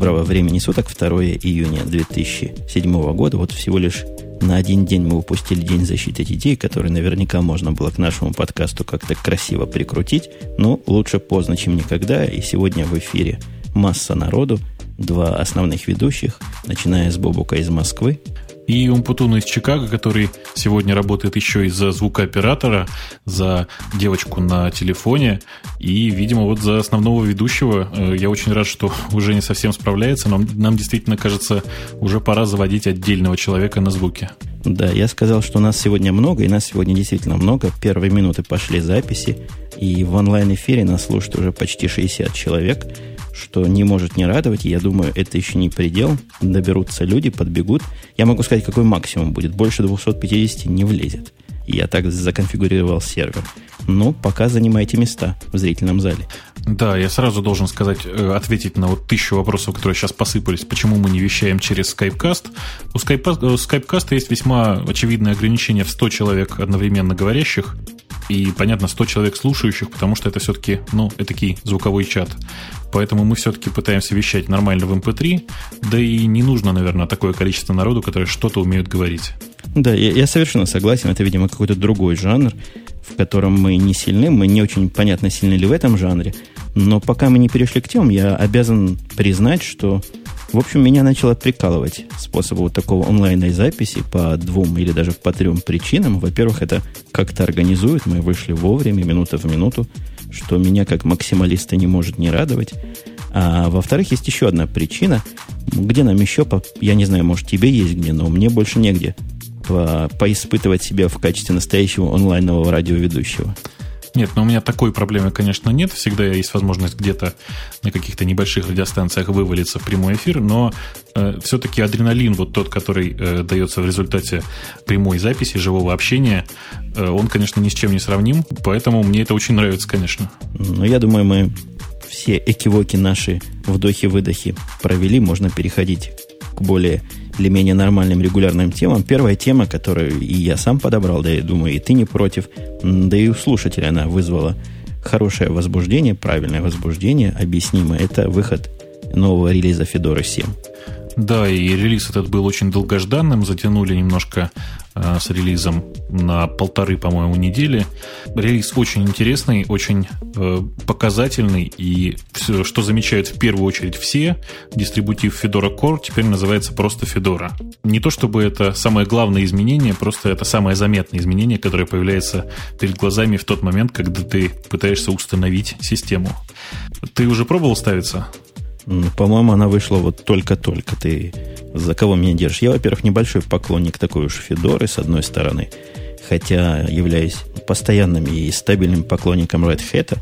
Доброго времени суток, 2 июня 2007 года. Вот всего лишь на один день мы упустили День защиты детей, который наверняка можно было к нашему подкасту как-то красиво прикрутить. Но лучше поздно, чем никогда. И сегодня в эфире масса народу. Два основных ведущих, начиная с Бобука из Москвы. И Умпутуна из Чикаго, который сегодня работает еще и за звукооператора, за девочку на телефоне и, видимо, вот за основного ведущего. Я очень рад, что уже не совсем справляется, но нам действительно кажется, уже пора заводить отдельного человека на звуке. Да, я сказал, что нас сегодня много, и нас сегодня действительно много. Первые минуты пошли записи, и в онлайн-эфире нас слушает уже почти 60 человек, что не может не радовать. И я думаю, это еще не предел. Доберутся люди, подбегут. Я могу сказать, какой максимум будет. Больше 250 не влезет. Я так законфигурировал сервер. Но пока занимайте места в зрительном зале. Да, я сразу должен сказать, ответить на вот 1000 вопросов, которые сейчас посыпались, почему мы не вещаем через Skypecast. У Skypecast есть весьма очевидное ограничение в 100 человек одновременно говорящих. И, понятно, 100 человек слушающих, потому что это все-таки, этакий звуковой чат. Поэтому мы все-таки пытаемся вещать нормально в MP3, да и не нужно, наверное, такое количество народу, которые что-то умеют говорить. Да, я совершенно согласен. Это, видимо, какой-то другой жанр, в котором мы не сильны. Мы не очень понятно, сильны ли в этом жанре. Но пока мы не перешли к темам, я обязан признать, что, в общем, меня начало прикалывать способ вот такого онлайновой записи по 2 или даже по 3 причинам. Во-первых, это как-то организует. Мы вышли вовремя, минута в минуту, что меня как максималиста не может не радовать. А во-вторых, есть еще одна причина. Где нам еще, я не знаю, может, тебе есть где, но мне больше негде поиспытывать себя в качестве настоящего онлайнового радиоведущего. Нет, у меня такой проблемы, конечно, нет. Всегда есть возможность где-то на каких-то небольших радиостанциях вывалиться в прямой эфир, но все-таки адреналин, вот тот, который дается в результате прямой записи, живого общения, он, конечно, ни с чем не сравним, поэтому мне это очень нравится, конечно. Но я думаю, мы все экивоки наши вдохи-выдохи провели, можно переходить к более или менее нормальным регулярным темам. Первая тема, которую и я сам подобрал, да, я думаю, и ты не против, да и у слушателя она вызвала хорошее возбуждение, правильное возбуждение, объяснимое. Это выход нового релиза Fedora 7. Да, и релиз этот был очень долгожданным, затянули немножко с релизом на 1,5, по-моему, недели. Релиз очень интересный, очень показательный, и все, что замечают в первую очередь все, дистрибутив Fedora Core теперь называется просто Fedora. Не то чтобы это самое главное изменение, просто это самое заметное изменение, которое появляется перед глазами в тот момент, когда ты пытаешься установить систему. Ты уже пробовал ставиться? По-моему, она вышла вот только-только. Ты за кого меня держишь? Я, во-первых, небольшой поклонник такой уж Федоры, с одной стороны, хотя являюсь постоянным и стабильным поклонником Red Hat,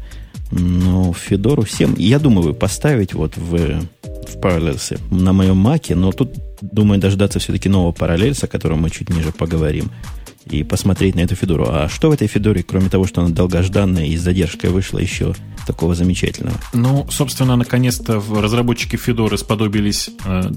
но Федору всем, я думаю, поставить вот в Parallels на моем Маке, но тут, думаю, дождаться все-таки нового Parallels, о котором мы чуть ниже поговорим, и посмотреть на эту Федору. А что в этой Федоре, кроме того, что она долгожданная и с задержкой вышла, еще такого замечательного? Собственно, наконец-то разработчики Федоры сподобились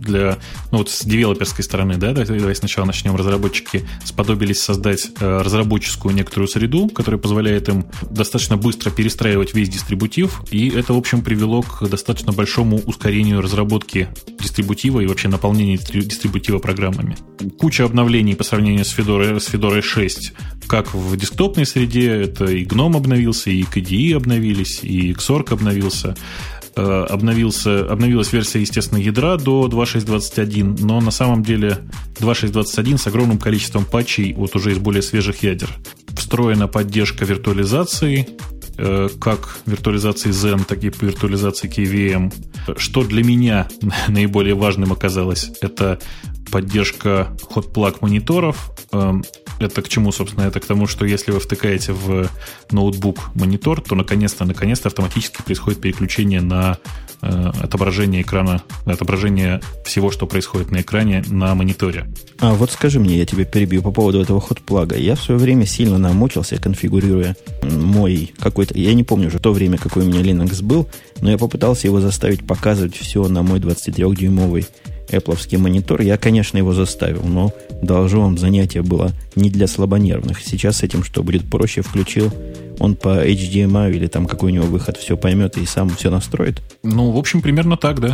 с девелоперской стороны, да, давай сначала начнем. Разработчики сподобились создать разработческую некоторую среду, которая позволяет им достаточно быстро перестраивать весь дистрибутив, и это, в общем, привело к достаточно большому ускорению разработки дистрибутива и вообще наполнения дистрибутива программами. Куча обновлений по сравнению с Fedora 6, как в десктопной среде, это и GNOME обновился, и KDE обновились, и Xorg обновился. Обновилась версия, естественно, ядра до 2.6.21, но на самом деле 2.6.21 с огромным количеством патчей вот уже из более свежих ядер. Встроена поддержка виртуализации, как виртуализации Zen, так и виртуализации KVM. Что для меня наиболее важным оказалось, это поддержка hot-plug мониторов. Это к чему, собственно? Это к тому, что если вы втыкаете в ноутбук монитор, то наконец-то автоматически происходит переключение на отображение экрана, отображение всего, что происходит на экране на мониторе. А вот скажи мне, я тебя перебью по поводу этого hot-плага. Я в свое время сильно намучился, конфигурируя мой какой-то... Я не помню уже то время, какой у меня Linux был, но я попытался его заставить показывать все на мой 23-дюймовый Apple-овский монитор. Я, конечно, его заставил, но, доложу вам, занятие было не для слабонервных. Сейчас с этим что будет проще? Включил, он по HDMI или там какой у него выход все поймет и сам все настроит? В общем, примерно так, да.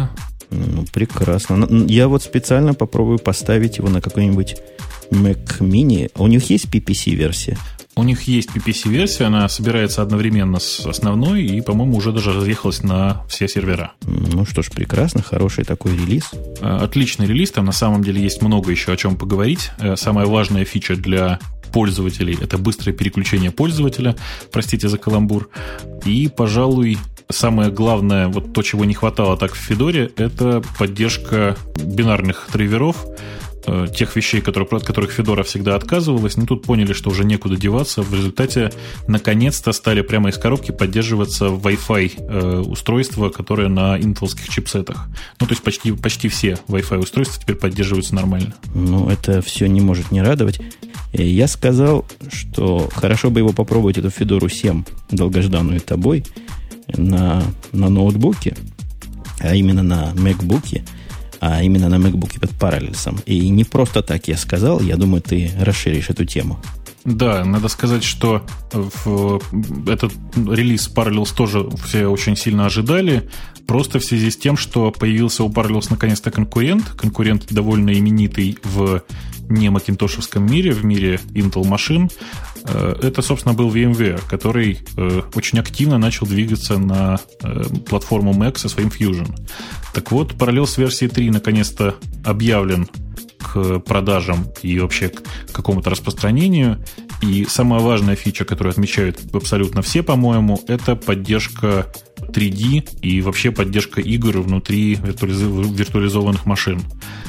Ну, прекрасно. Я вот специально попробую поставить его на какой-нибудь Mac Mini. У них есть PPC-версия? У них есть PPC-версия, она собирается одновременно с основной и, по-моему, уже даже разъехалась на все сервера. Ну что ж, прекрасно, хороший такой релиз. Отличный релиз, там на самом деле есть много еще о чем поговорить. Самая важная фича для пользователей – это быстрое переключение пользователя, простите за каламбур. И, пожалуй, самое главное, вот то, чего не хватало так в Федоре, это поддержка бинарных драйверов, тех вещей, от которых Федора всегда отказывалась, но тут поняли, что уже некуда деваться. В результате, наконец-то, стали прямо из коробки поддерживаться Wi-Fi устройства, которые на интеловских чипсетах. Ну, то есть почти все Wi-Fi устройства теперь поддерживаются нормально. Ну, это все не может не радовать. Я сказал, что хорошо бы его попробовать, эту Федору 7, долгожданную тобой, на ноутбуке, а именно на MacBook'е, а именно на MacBook'е под Parallels. И не просто так я сказал, я думаю, ты расширишь эту тему. Да, надо сказать, что этот релиз Parallels тоже все очень сильно ожидали, просто в связи с тем, что появился у Parallels наконец-то конкурент довольно именитый в не макинтошевском мире, в мире Intel машин. Это, собственно, был VMware, который очень активно начал двигаться на платформу Mac со своим Fusion. Так вот, Parallels версии 3 наконец-то объявлен к продажам и вообще к какому-то распространению. И самая важная фича, которую отмечают абсолютно все, по-моему, это поддержка 3D и вообще поддержка игр внутри виртуализованных машин.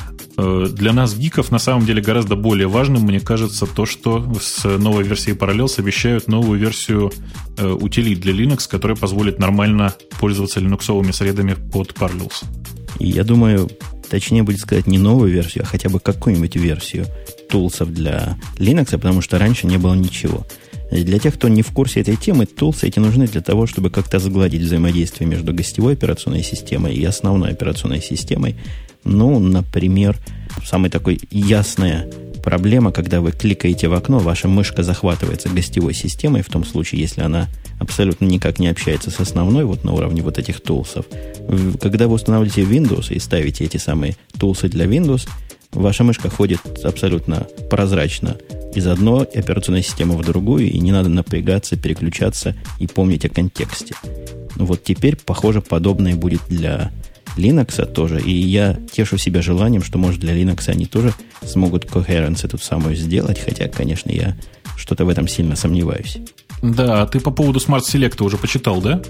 Для нас, гиков, на самом деле гораздо более важным, мне кажется, то, что с новой версией Parallels обещают новую версию утилит для Linux, которая позволит нормально пользоваться линуксовыми средами под Parallels. И я думаю, точнее будет сказать не новую версию, а хотя бы какую-нибудь версию тулсов для Linux, потому что раньше не было ничего. И для тех, кто не в курсе этой темы, тулсы эти нужны для того, чтобы как-то сгладить взаимодействие между гостевой операционной системой и основной операционной системой. Ну, например, самая такой ясная проблема, когда вы кликаете в окно, ваша мышка захватывается гостевой системой, в том случае, если она абсолютно никак не общается с основной, вот на уровне вот этих тулсов. Когда вы устанавливаете Windows и ставите эти самые тулсы для Windows, ваша мышка ходит абсолютно прозрачно из одной операционной системы в другую, и не надо напрягаться, переключаться и помнить о контексте. Вот теперь, похоже, подобное будет для Linux тоже, и я тешу себя желанием, что, может, для Linux они тоже смогут coherence эту самую сделать, хотя, конечно, я что-то в этом сильно сомневаюсь. Да, а ты по поводу Smart Select уже почитал, да?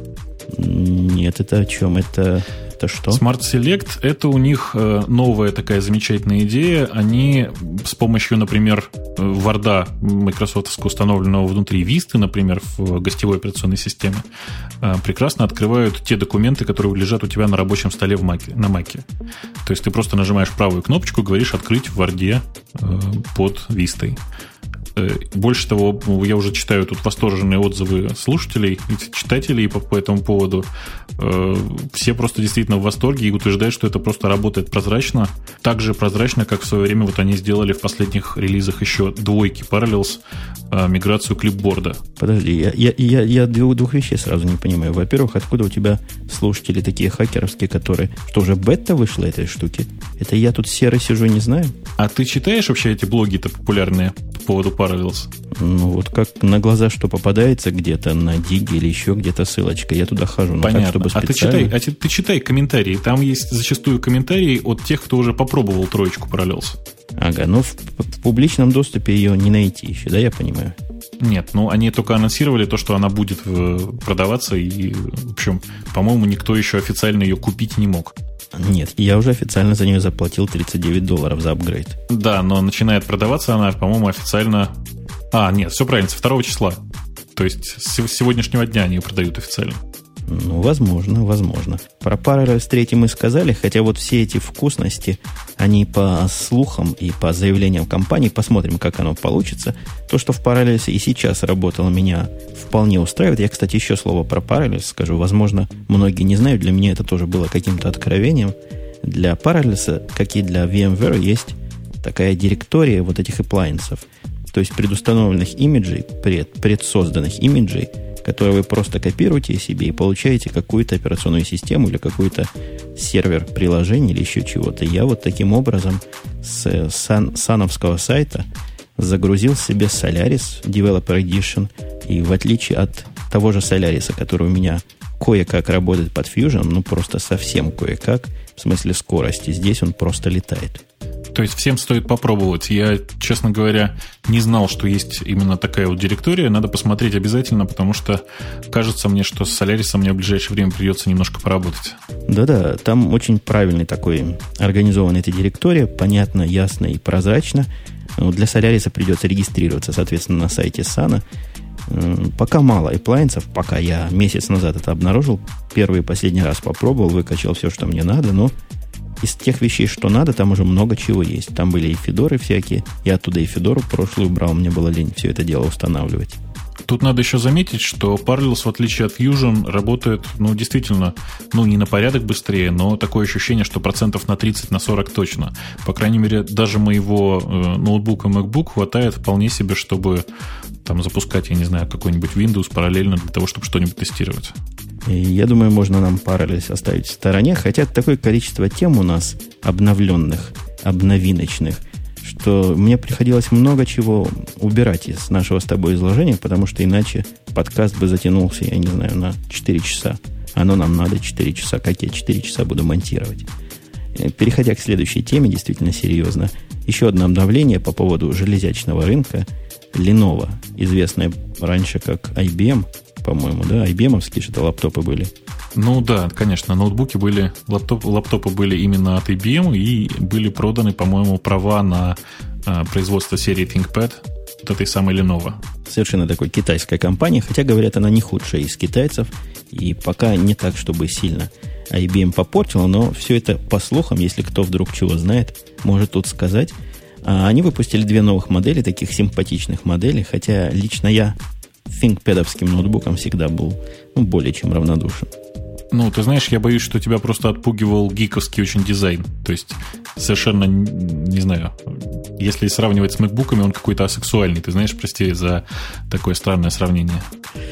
Нет, это о чем? Это что? Smart Select – это у них новая такая замечательная идея. Они с помощью, например, Word майкрософтовского, установленного внутри Vista, например, в гостевой операционной системе, прекрасно открывают те документы, которые лежат у тебя на рабочем столе на Mac. То есть ты просто нажимаешь правую кнопочку, говоришь «Открыть в Word под Vista». Больше того, я уже читаю тут восторженные отзывы слушателей и читателей по этому поводу. Все просто действительно в восторге и утверждают, что это просто работает прозрачно. Так же прозрачно, как в свое время вот они сделали в последних релизах еще двойки Parallels миграцию клипборда. Подожди, я двух вещей сразу не понимаю. Во-первых, откуда у тебя слушатели такие хакеровские, которые... Что, уже бета вышла этой штуки? Это я тут серый сижу и не знаю? А ты читаешь вообще эти блоги-то популярные по поводу Parallels? Ну, вот как на глаза что попадается где-то на Диге или еще где-то ссылочка, я туда хожу. Но понятно. Так, чтобы специально... ты читай комментарии. Там есть зачастую комментарии от тех, кто уже попробовал троечку Parallels. Ага, но в публичном доступе ее не найти еще, да, я понимаю? Нет, ну они только анонсировали то, что она будет продаваться, и, в общем, по-моему, никто еще официально ее купить не мог. Нет, я уже официально за нее заплатил $39 за апгрейд. Да, но начинает продаваться она, по-моему, официально... нет, все правильно, со 2 числа. То есть с сегодняшнего дня они ее продают официально. Ну, возможно. Про Parallels 3 мы сказали, хотя вот все эти вкусности, они по слухам и по заявлениям компании, посмотрим, как оно получится. То, что в Parallels и сейчас работало, меня вполне устраивает. Я, кстати, еще слово про Parallels скажу. Возможно, многие не знают, для меня это тоже было каким-то откровением. Для Parallels, как и для VMware, есть такая директория вот этих appliances, то есть предустановленных имиджей, предсозданных имиджей, который вы просто копируете себе и получаете какую-то операционную систему или какой-то сервер приложения или еще чего-то. Я вот таким образом с сановского сайта загрузил себе Solaris Developer Edition, и в отличие от того же Solaris, который у меня кое-как работает под Fusion, ну просто совсем кое-как, в смысле скорости, здесь он просто летает. То есть всем стоит попробовать. Я, честно говоря, не знал, что есть именно такая вот директория. Надо посмотреть обязательно, потому что кажется мне, что с Solaris мне в ближайшее время придется немножко поработать. Да-да, там очень правильный такой организованная эта директория, понятно, ясно и прозрачно. Для Solaris придется регистрироваться, соответственно, на сайте Sana. Пока мало appliances, пока я месяц назад это обнаружил, первый и последний раз попробовал, выкачал все, что мне надо, но из тех вещей, что надо, там уже много чего есть. Там были и федоры всякие. Я оттуда и федору прошлую брал, мне было лень все это дело устанавливать. Тут надо еще заметить, что Parallels, в отличие от Fusion, работает, действительно, не на порядок быстрее, но такое ощущение, что процентов на 30, на 40 точно. По крайней мере, даже моего ноутбука MacBook хватает вполне себе, чтобы там запускать, я не знаю, какой-нибудь Windows параллельно для того, чтобы что-нибудь тестировать. И я думаю, можно нам Parallels оставить в стороне, хотя такое количество тем у нас обновленных, обновиночных, что мне приходилось много чего убирать из нашего с тобой изложения, потому что иначе подкаст бы затянулся, я не знаю, на 4 часа. Оно нам надо 4 часа. Как я 4 часа буду монтировать? Переходя к следующей теме, действительно серьезно. Еще одно обновление по поводу железячного рынка. Lenovo, известная раньше как IBM, по-моему, да? IBM-овские что-то лаптопы были. Ну да, конечно, ноутбуки были, лаптопы были именно от IBM, и были проданы, по-моему, права на производство серии ThinkPad от этой самой Lenovo. Совершенно такой китайская компания, хотя, говорят, она не худшая из китайцев, и пока не так, чтобы сильно IBM попортила, но все это по слухам, если кто вдруг чего знает, может тут сказать. Они выпустили 2 новых модели, таких симпатичных моделей, хотя лично я ThinkPad-овским ноутбуком всегда был более чем равнодушен. Ты знаешь, я боюсь, что тебя просто отпугивал гиковский очень дизайн. То есть, совершенно, не знаю, если сравнивать с MacBook'ами, он какой-то асексуальный. Ты знаешь, прости за такое странное сравнение.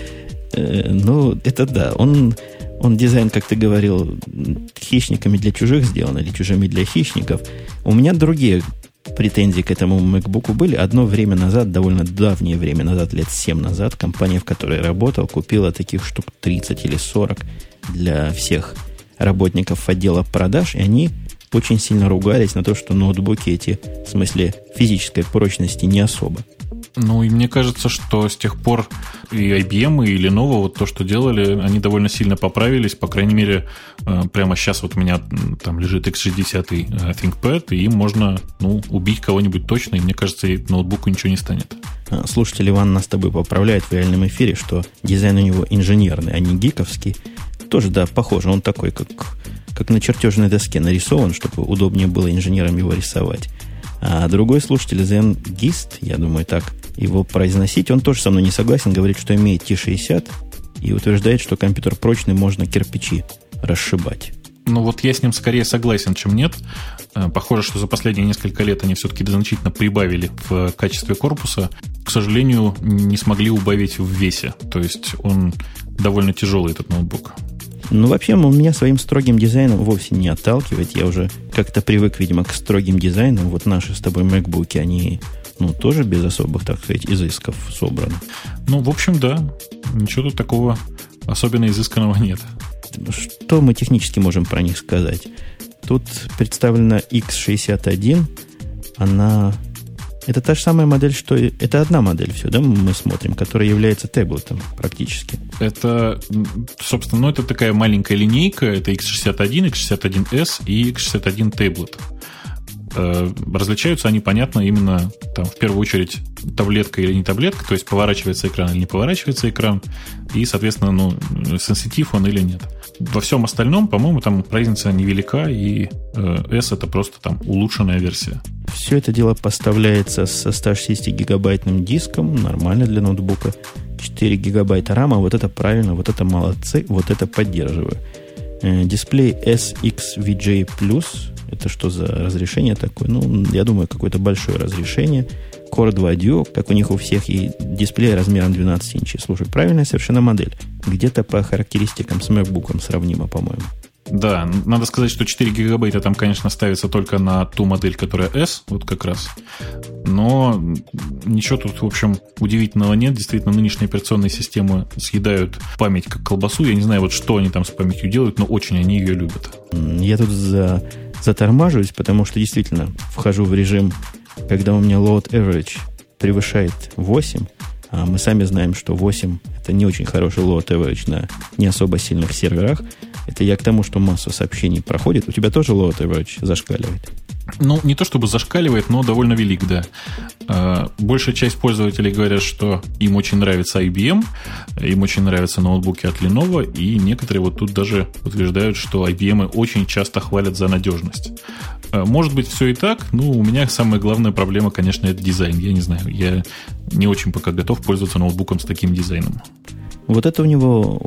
Это да. Он дизайн, как ты говорил, хищниками для чужих сделан или чужими для хищников. У меня другие претензии к этому MacBook'у были. Одно время назад, довольно давнее время назад, лет 7 назад, компания, в которой я работал, купила таких штук 30 или 40 для всех работников отдела продаж, и они очень сильно ругались на то, что ноутбуки эти, в смысле физической прочности, не особо. И мне кажется, что с тех пор и IBM, и Lenovo, вот то, что делали, они довольно сильно поправились. По крайней мере, прямо сейчас вот у меня там лежит X60 ThinkPad, и им можно, убить кого-нибудь точно, и мне кажется, и ноутбуку ничего не станет. Слушатель Иван нас с тобой поправляет в реальном эфире, что дизайн у него инженерный, а не гиковский. Тоже, да, похоже. Он такой, как на чертежной доске нарисован, чтобы удобнее было инженерам его рисовать. А другой слушатель, ZenGist, я думаю, так его произносить, он тоже со мной не согласен, говорит, что имеет T60 и утверждает, что компьютер прочный, можно кирпичи расшибать. Я с ним скорее согласен, чем нет. Похоже, что за последние несколько лет они все-таки значительно прибавили в качестве корпуса. К сожалению, не смогли убавить в весе. То есть он довольно тяжелый, этот ноутбук. Вообще, он меня своим строгим дизайном вовсе не отталкивает. Я уже как-то привык, видимо, к строгим дизайнам. Вот наши с тобой MacBook'и, они, тоже без особых, так сказать, изысков собраны. В общем, да. Ничего тут такого особенно изысканного нет. Что мы технически можем про них сказать? Тут представлена X61. Это та же самая модель, что... Это одна модель все, да, мы смотрим, которая является таблетом практически. Это, собственно, это такая маленькая линейка. Это X61, X61S и X61 Tablet. Различаются они, понятно, именно там в первую очередь таблетка или не таблетка, то есть поворачивается экран или не поворачивается экран, и, соответственно, сенситив он или нет. Во всем остальном, по-моему, там разница невелика, и S это просто там улучшенная версия. Все это дело поставляется со 160-гигабайтным диском, нормально для ноутбука, 4 гигабайта рама, вот это правильно, вот это молодцы, вот это поддерживаю. Дисплей SXVJ+, Это что за разрешение такое? Ну, я думаю, какое-то большое разрешение. Core 2 Duo, как у них у всех, и дисплей размером 12 инчей. Слушай, правильная совершенно модель. Где-то по характеристикам с MacBook'ом сравнимо, по-моему. Да, надо сказать, что 4 гигабайта там, конечно, ставится только на ту модель, которая S, вот как раз. Но ничего тут, в общем, удивительного нет. Действительно, нынешние операционные системы съедают память как колбасу. Я не знаю, вот что они там с памятью делают, но очень они ее любят. Я тут затормаживаюсь, потому что действительно вхожу в режим, когда у меня load average превышает 8, а мы сами знаем, что 8 это не очень хороший load average на не особо сильных серверах. Это я к тому, что массу сообщений проходит. У тебя тоже load average зашкаливает? Ну, не то чтобы зашкаливает, но довольно велик, да. Большая часть пользователей говорят, что им очень нравится IBM, им очень нравятся ноутбуки от Lenovo, и некоторые вот тут даже утверждают, что IBM очень часто хвалят за надежность. Может быть, все и так, но у меня самая главная проблема, конечно, это дизайн. Я не знаю, я не очень пока готов пользоваться ноутбуком с таким дизайном. Вот это у него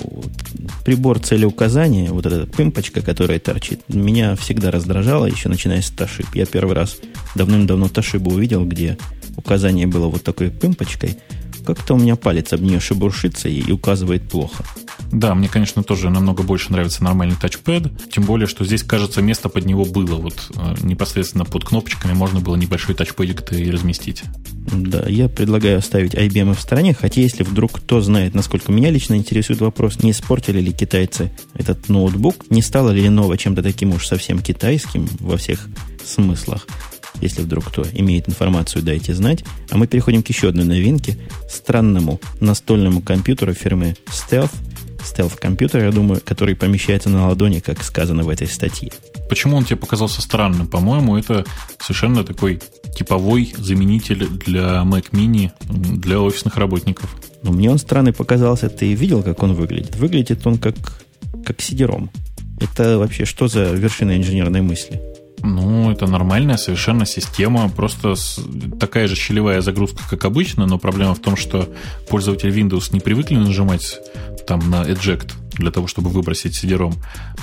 прибор целеуказания, вот эта пымпочка, которая торчит, меня всегда раздражала, еще начиная с Toshiba. Я первый раз давным-давно Toshiba увидел, где указание было вот такой пымпочкой. Как-то у меня палец об нее шебуршится и указывает плохо. Да, мне, конечно, тоже намного больше нравится нормальный тачпэд, тем более, что здесь, кажется, место под него было. Вот непосредственно под кнопочками можно было небольшой тачпэдик-то и разместить. Да, я предлагаю оставить IBM в стороне, хотя если вдруг кто знает, насколько меня лично интересует вопрос, не испортили ли китайцы этот ноутбук, не стало ли Lenovo чем-то таким уж совсем китайским во всех смыслах. Если вдруг кто имеет информацию, дайте знать. А мы переходим к еще одной новинке. Странному настольному компьютеру фирмы Stealth. Stealth-компьютер, я думаю, который помещается на ладони, как сказано в этой статье. Почему он тебе показался странным? По-моему, это совершенно такой типовой заменитель для Mac Mini для офисных работников. Но мне он странный показался. Ты видел, как он выглядит? Выглядит он как CD-ROM. Это вообще что за вершина инженерной мысли? Ну, это нормальная совершенно система, просто такая же щелевая загрузка, как обычно, но проблема в том, что пользователи Windows не привыкли нажимать там на Eject для того, чтобы выбросить CD-ROM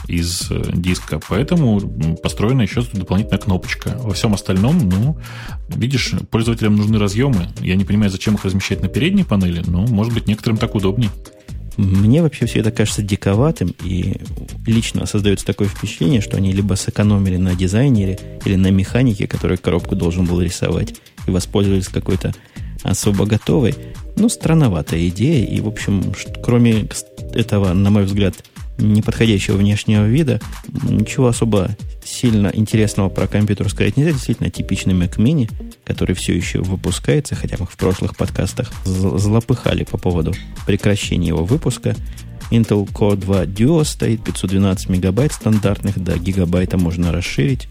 из диска, поэтому построена еще дополнительная кнопочка. Во всем остальном, ну, видишь, пользователям нужны разъемы. Я не понимаю, зачем их размещать на передней панели, но, может быть, некоторым так удобнее. Мне вообще все это кажется диковатым, и лично создается такое впечатление, что они либо сэкономили на дизайнере или на механике, который коробку должен был рисовать, и воспользовались какой-то особо готовой. Ну, странноватая идея, и, в общем, кроме этого, на мой взгляд, неподходящего внешнего вида, ничего особо сильно интересного про компьютер сказать нельзя. Действительно, типичный Mac Mini, который все еще выпускается, хотя мы в прошлых подкастах злопыхали по поводу прекращения его выпуска. Intel Core 2 Duo стоит, 512 мегабайт стандартных, до гигабайта можно расширить,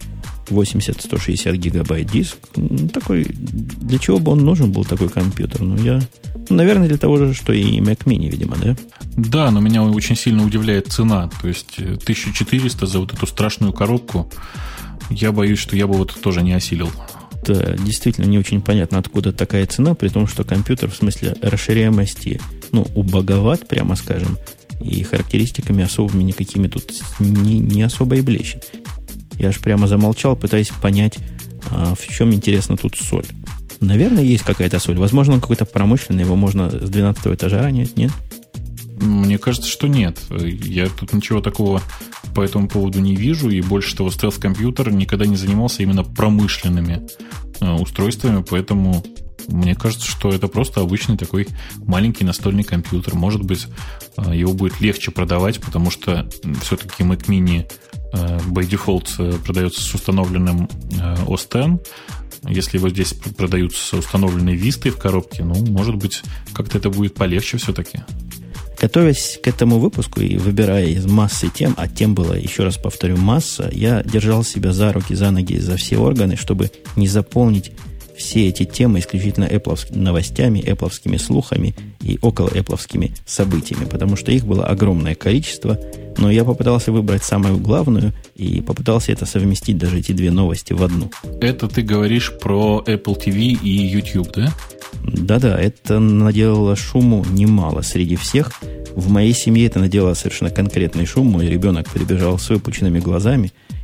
80-160 гигабайт диск. Такой, для чего бы он нужен был, такой компьютер? Наверное, для того же, что и Mac Mini, видимо, да? Да, но меня очень сильно удивляет цена. То есть 1400 за вот эту страшную коробку. Я боюсь, что я бы вот тоже не осилил. Да, действительно, не очень понятно, откуда такая цена, при том, что компьютер в смысле расширяемости, убоговат, прямо скажем, и характеристиками особыми никакими тут не особо и блещет. Я аж прямо замолчал, пытаясь понять, в чем, интересно, тут соль. Наверное, есть какая-то соль. Возможно, он какой-то промышленный, его можно с 12 этажа ронять, нет? Мне кажется, что нет. Я тут ничего такого по этому поводу не вижу, и больше того, стелс-компьютер никогда не занимался именно промышленными устройствами, поэтому мне кажется, что это просто обычный такой маленький настольный компьютер. Может быть, его будет легче продавать, потому что все-таки Mac Mini by default продается с установленным OS X. Если его здесь продают с установленной Vista в коробке, может быть, как-то это будет полегче все-таки. Готовясь к этому выпуску и выбирая из массы тем, а тем было, еще раз повторю, масса, я держал себя за руки, за ноги, за все органы, чтобы не заполнить все эти темы исключительно Apple новостями, Apple слухами и около Apple событиями, потому что их было огромное количество, но я попытался выбрать самую главную и попытался это совместить, даже эти две новости в одну. Это ты говоришь про Apple TV и YouTube, да? Да-да, это наделало шуму немало среди всех. В моей семье это наделало совершенно конкретный шум. Мой ребенок прибежал с выпученными глазами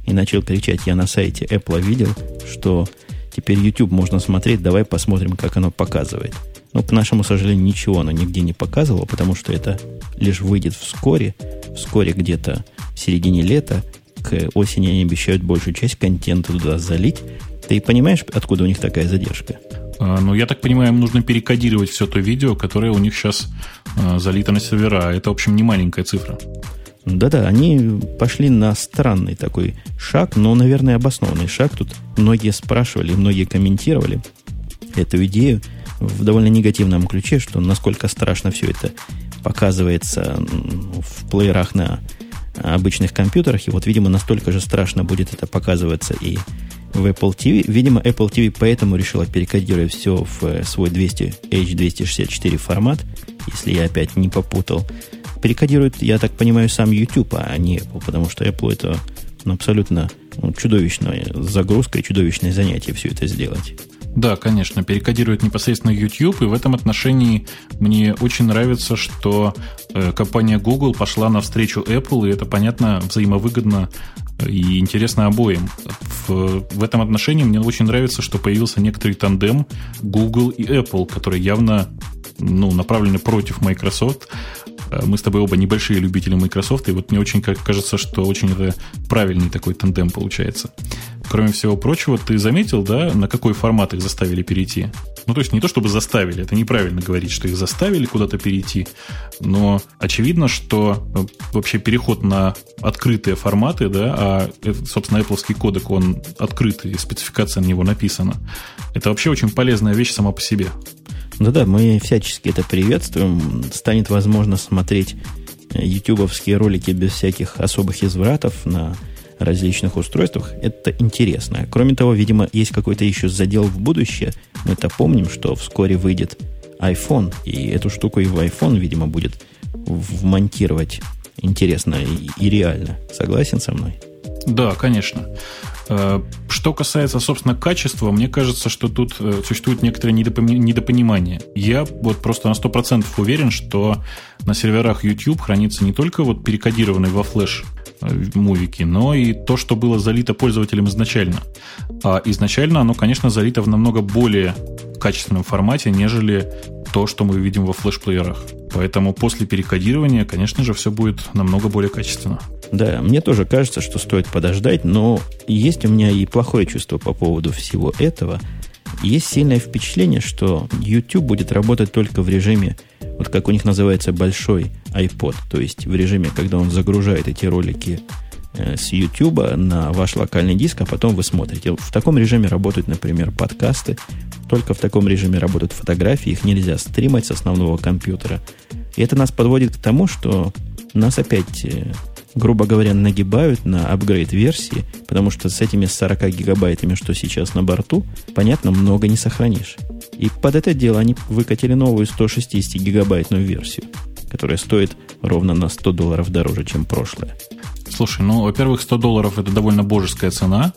и начал кричать: я на сайте Apple видел, что теперь YouTube можно смотреть, давай посмотрим, как оно показывает. Но, к нашему сожалению, ничего оно нигде не показывало, потому что это лишь выйдет вскоре где-то в середине лета. К осени они обещают большую часть контента туда залить. Ты понимаешь, откуда у них такая задержка? Ну, я так понимаю, им нужно перекодировать все то видео, которое у них сейчас залито на сервера. Это, в общем, не маленькая цифра. Да-да, они пошли на странный такой шаг, но, наверное, обоснованный шаг. Тут многие спрашивали, многие комментировали эту идею в довольно негативном ключе, что насколько страшно все это показывается в плеерах на обычных компьютерах. И вот, видимо, настолько же страшно будет это показываться и в Apple TV. Видимо, Apple TV поэтому решила перекодировать все в свой H264 формат, если я опять не попутал. Перекодирует, я так понимаю, сам YouTube, а не Apple, потому что Apple это абсолютно чудовищная загрузка и чудовищное занятие все это сделать. Да, конечно, перекодирует непосредственно YouTube, и в этом отношении мне очень нравится, что компания Google пошла навстречу Apple, и это, понятно, взаимовыгодно и интересно обоим. В этом отношении мне очень нравится, что появился некоторый тандем Google и Apple, который явно направлены против Microsoft. Мы с тобой оба небольшие любители Microsoft, и вот мне очень кажется, что очень это правильный такой тандем получается. Кроме всего прочего, ты заметил, да, на какой формат их заставили перейти? Ну, то есть не то, чтобы заставили, это неправильно говорить, что их заставили куда-то перейти, но очевидно, что вообще переход на открытые форматы, да, а, собственно, Apple'овский кодек, он открытый, спецификация на него написана. Это вообще очень полезная вещь сама по себе. Да-да, мы всячески это приветствуем. Станет возможно смотреть ютубовские ролики без всяких особых извратов на различных устройствах. Это интересно. Кроме того, видимо, есть какой-то еще задел в будущее. Мы-то помним, что вскоре выйдет iPhone, и эту штуку и в iPhone, видимо, будет вмонтировать интересно и реально. Согласен со мной? Да, конечно. Что касается, собственно, качества, мне кажется, что тут существует некоторое недопонимание. Я вот просто на 100% уверен, что на серверах YouTube хранится не только вот перекодированный во флеш мувики, но и то, что было залито пользователям изначально. А изначально оно, конечно, залито в намного более качественном формате, нежели то, что мы видим во флеш-плеерах. Поэтому после перекодирования, конечно же, все будет намного более качественно. Да, мне тоже кажется, что стоит подождать, но есть у меня и плохое чувство по поводу всего этого. Есть сильное впечатление, что YouTube будет работать только в режиме, вот как у них называется, большой iPod, то есть в режиме, когда он загружает эти ролики с YouTube на ваш локальный диск, а потом вы смотрите. В таком режиме работают, например, подкасты, только в таком режиме работают фотографии, их нельзя стримать с основного компьютера. И это нас подводит к тому, что нас опять, грубо говоря, нагибают на апгрейд-версии, потому что с этими 40 гигабайтами, что сейчас на борту, понятно, много не сохранишь. И под это дело они выкатили новую 160-гигабайтную версию, которая стоит ровно на $100 дороже, чем прошлая. Слушай, во-первых, $100 это довольно божеская цена,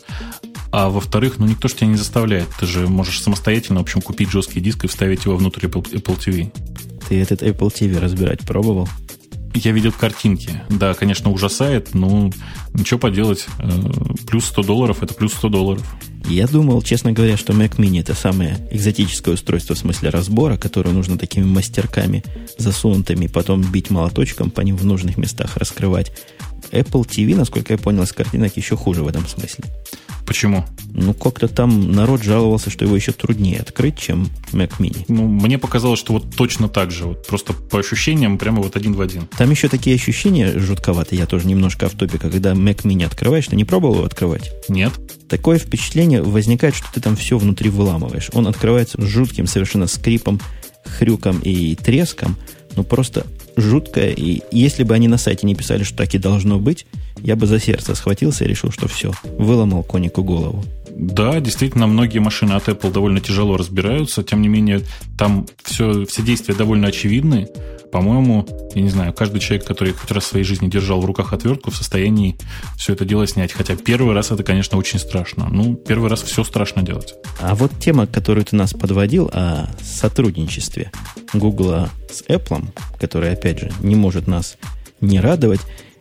а во-вторых, никто же тебя не заставляет. Ты же можешь самостоятельно, в общем, купить жесткий диск и вставить его внутрь Apple TV. Ты этот Apple TV разбирать пробовал? Я видел картинки. Да, конечно, ужасает, но ничего поделать. Плюс $100 это плюс $100. Я думал, честно говоря, что Mac Mini это самое экзотическое устройство в смысле разбора, которое нужно такими мастерками засунутыми потом бить молоточком по ним в нужных местах раскрывать. Apple TV, насколько я понял, с картинок еще хуже в этом смысле. Почему? Как-то там народ жаловался, что его еще труднее открыть, чем Mac Mini. Мне показалось, что вот точно так же. Вот просто по ощущениям прямо вот один в один. Там еще такие ощущения жутковатые. Я тоже немножко автопе, когда Mac Mini открываешь. Ты не пробовал его открывать? Нет. Такое впечатление возникает, что ты там все внутри выламываешь. Он открывается с жутким совершенно скрипом, хрюком и треском. Просто жуткое. И если бы они на сайте не писали, что так и должно быть, я бы за сердце схватился и решил, что все, выломал конику голову. Да, действительно, многие машины от Apple довольно тяжело разбираются. Тем не менее, там все действия довольно очевидны. По-моему, я не знаю, каждый человек, который хоть раз в своей жизни держал в руках отвертку, в состоянии все это дело снять. Хотя первый раз это, конечно, очень страшно. Первый раз все страшно делать. А вот тема, которую ты нас подводил, о сотрудничестве Google с Apple, которая, опять же, не может нас не радовать,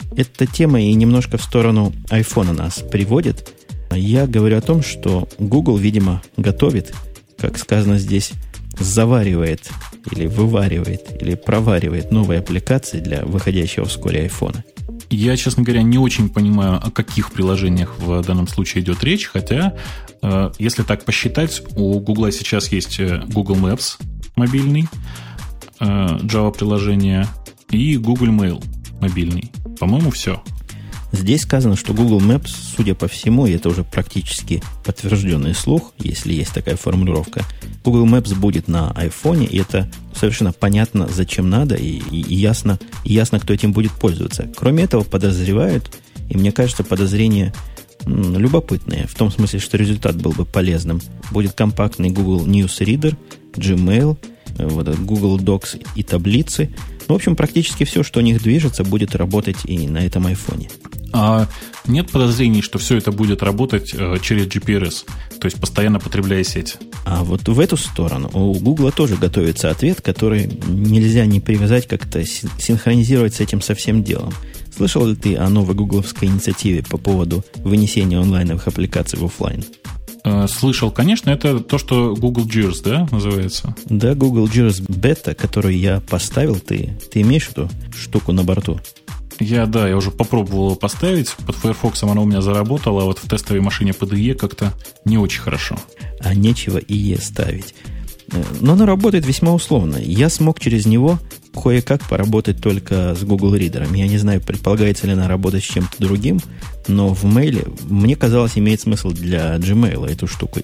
эта тема и немножко в сторону iPhone нас приводит. Я говорю о том, что Google, видимо, готовит, как сказано здесь, заваривает или вываривает, или проваривает новые аппликации для выходящего вскоре iPhone. Я, честно говоря, не очень понимаю, о каких приложениях в данном случае идет речь, хотя, если так посчитать, у Google сейчас есть Google Maps мобильный, Java-приложение и Google Mail мобильный. По-моему, все. Здесь сказано, что Google Maps, судя по всему, и это уже практически подтвержденный слух, если есть такая формулировка, Google Maps будет на iPhone, и это совершенно понятно, зачем надо, и ясно, кто этим будет пользоваться. Кроме этого, подозревают, и мне кажется, подозрения любопытные, в том смысле, что результат был бы полезным. Будет компактный Google News Reader, Gmail, Google Docs и таблицы. В общем, практически все, что у них движется, будет работать и на этом айфоне. А нет подозрений, что все это будет работать через GPRS, то есть постоянно потребляя сеть? А вот в эту сторону у Google тоже готовится ответ, который нельзя не привязать, как-то синхронизировать с этим совсем делом. Слышал ли ты о новой гугловской инициативе по поводу вынесения онлайновых аппликаций в офлайн? Слышал, конечно, это то, что Google Gears, да, называется? Да, Google Gears Beta, которую я поставил. Ты имеешь эту штуку на борту? Я уже попробовал его поставить. Под Firefox она у меня заработала, а вот в тестовой машине под IE как-то не очень хорошо. А нечего IE ставить. Но она работает весьма условно. Я смог через него кое-как поработать только с Google Reader. Я не знаю, предполагается ли она работать с чем-то другим, но в мейле, мне казалось, имеет смысл для Gmail эту штуку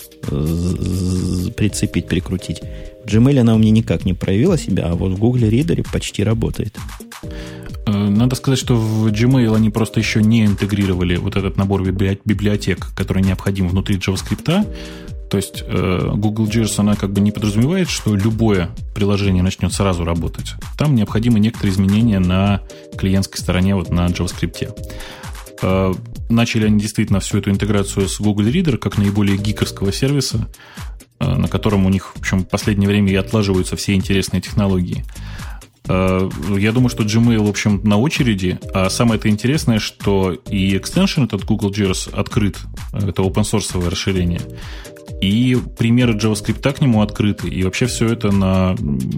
прицепить, прикрутить. В Gmail она у меня никак не проявила себя, а вот в Google Reader почти работает. Надо сказать, что в Gmail они просто еще не интегрировали вот этот набор библиотек, который необходим внутри JavaScript. То есть Google Gears, она как бы не подразумевает, что любое приложение начнет сразу работать. Там необходимы некоторые изменения на клиентской стороне, вот на JavaScript. Начали они действительно всю эту интеграцию с Google Reader, как наиболее гиковского сервиса, на котором у них, в общем, в последнее время и отлаживаются все интересные технологии. Я думаю, что Gmail, в общем, на очереди. А самое-то интересное, что и экстеншн этот Google Gears открыт, это open-source расширение, и примеры JavaScript к нему открыты, и вообще все это на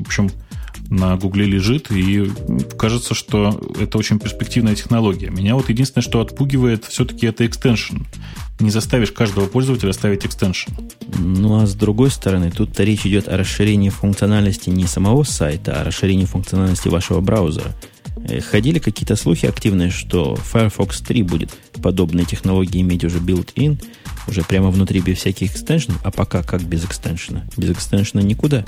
Гугле лежит, и кажется, что это очень перспективная технология. Меня вот единственное, что отпугивает, все-таки это экстеншн. Не заставишь каждого пользователя ставить экстеншн. Ну, а с другой стороны, тут-то речь идет о расширении функциональности не самого сайта, а расширении функциональности вашего браузера. Ходили какие-то слухи активные, что Firefox 3 будет подобные технологии иметь уже built-in, уже прямо внутри без всяких экстеншенов, а пока как без экстеншена? Без экстеншена никуда.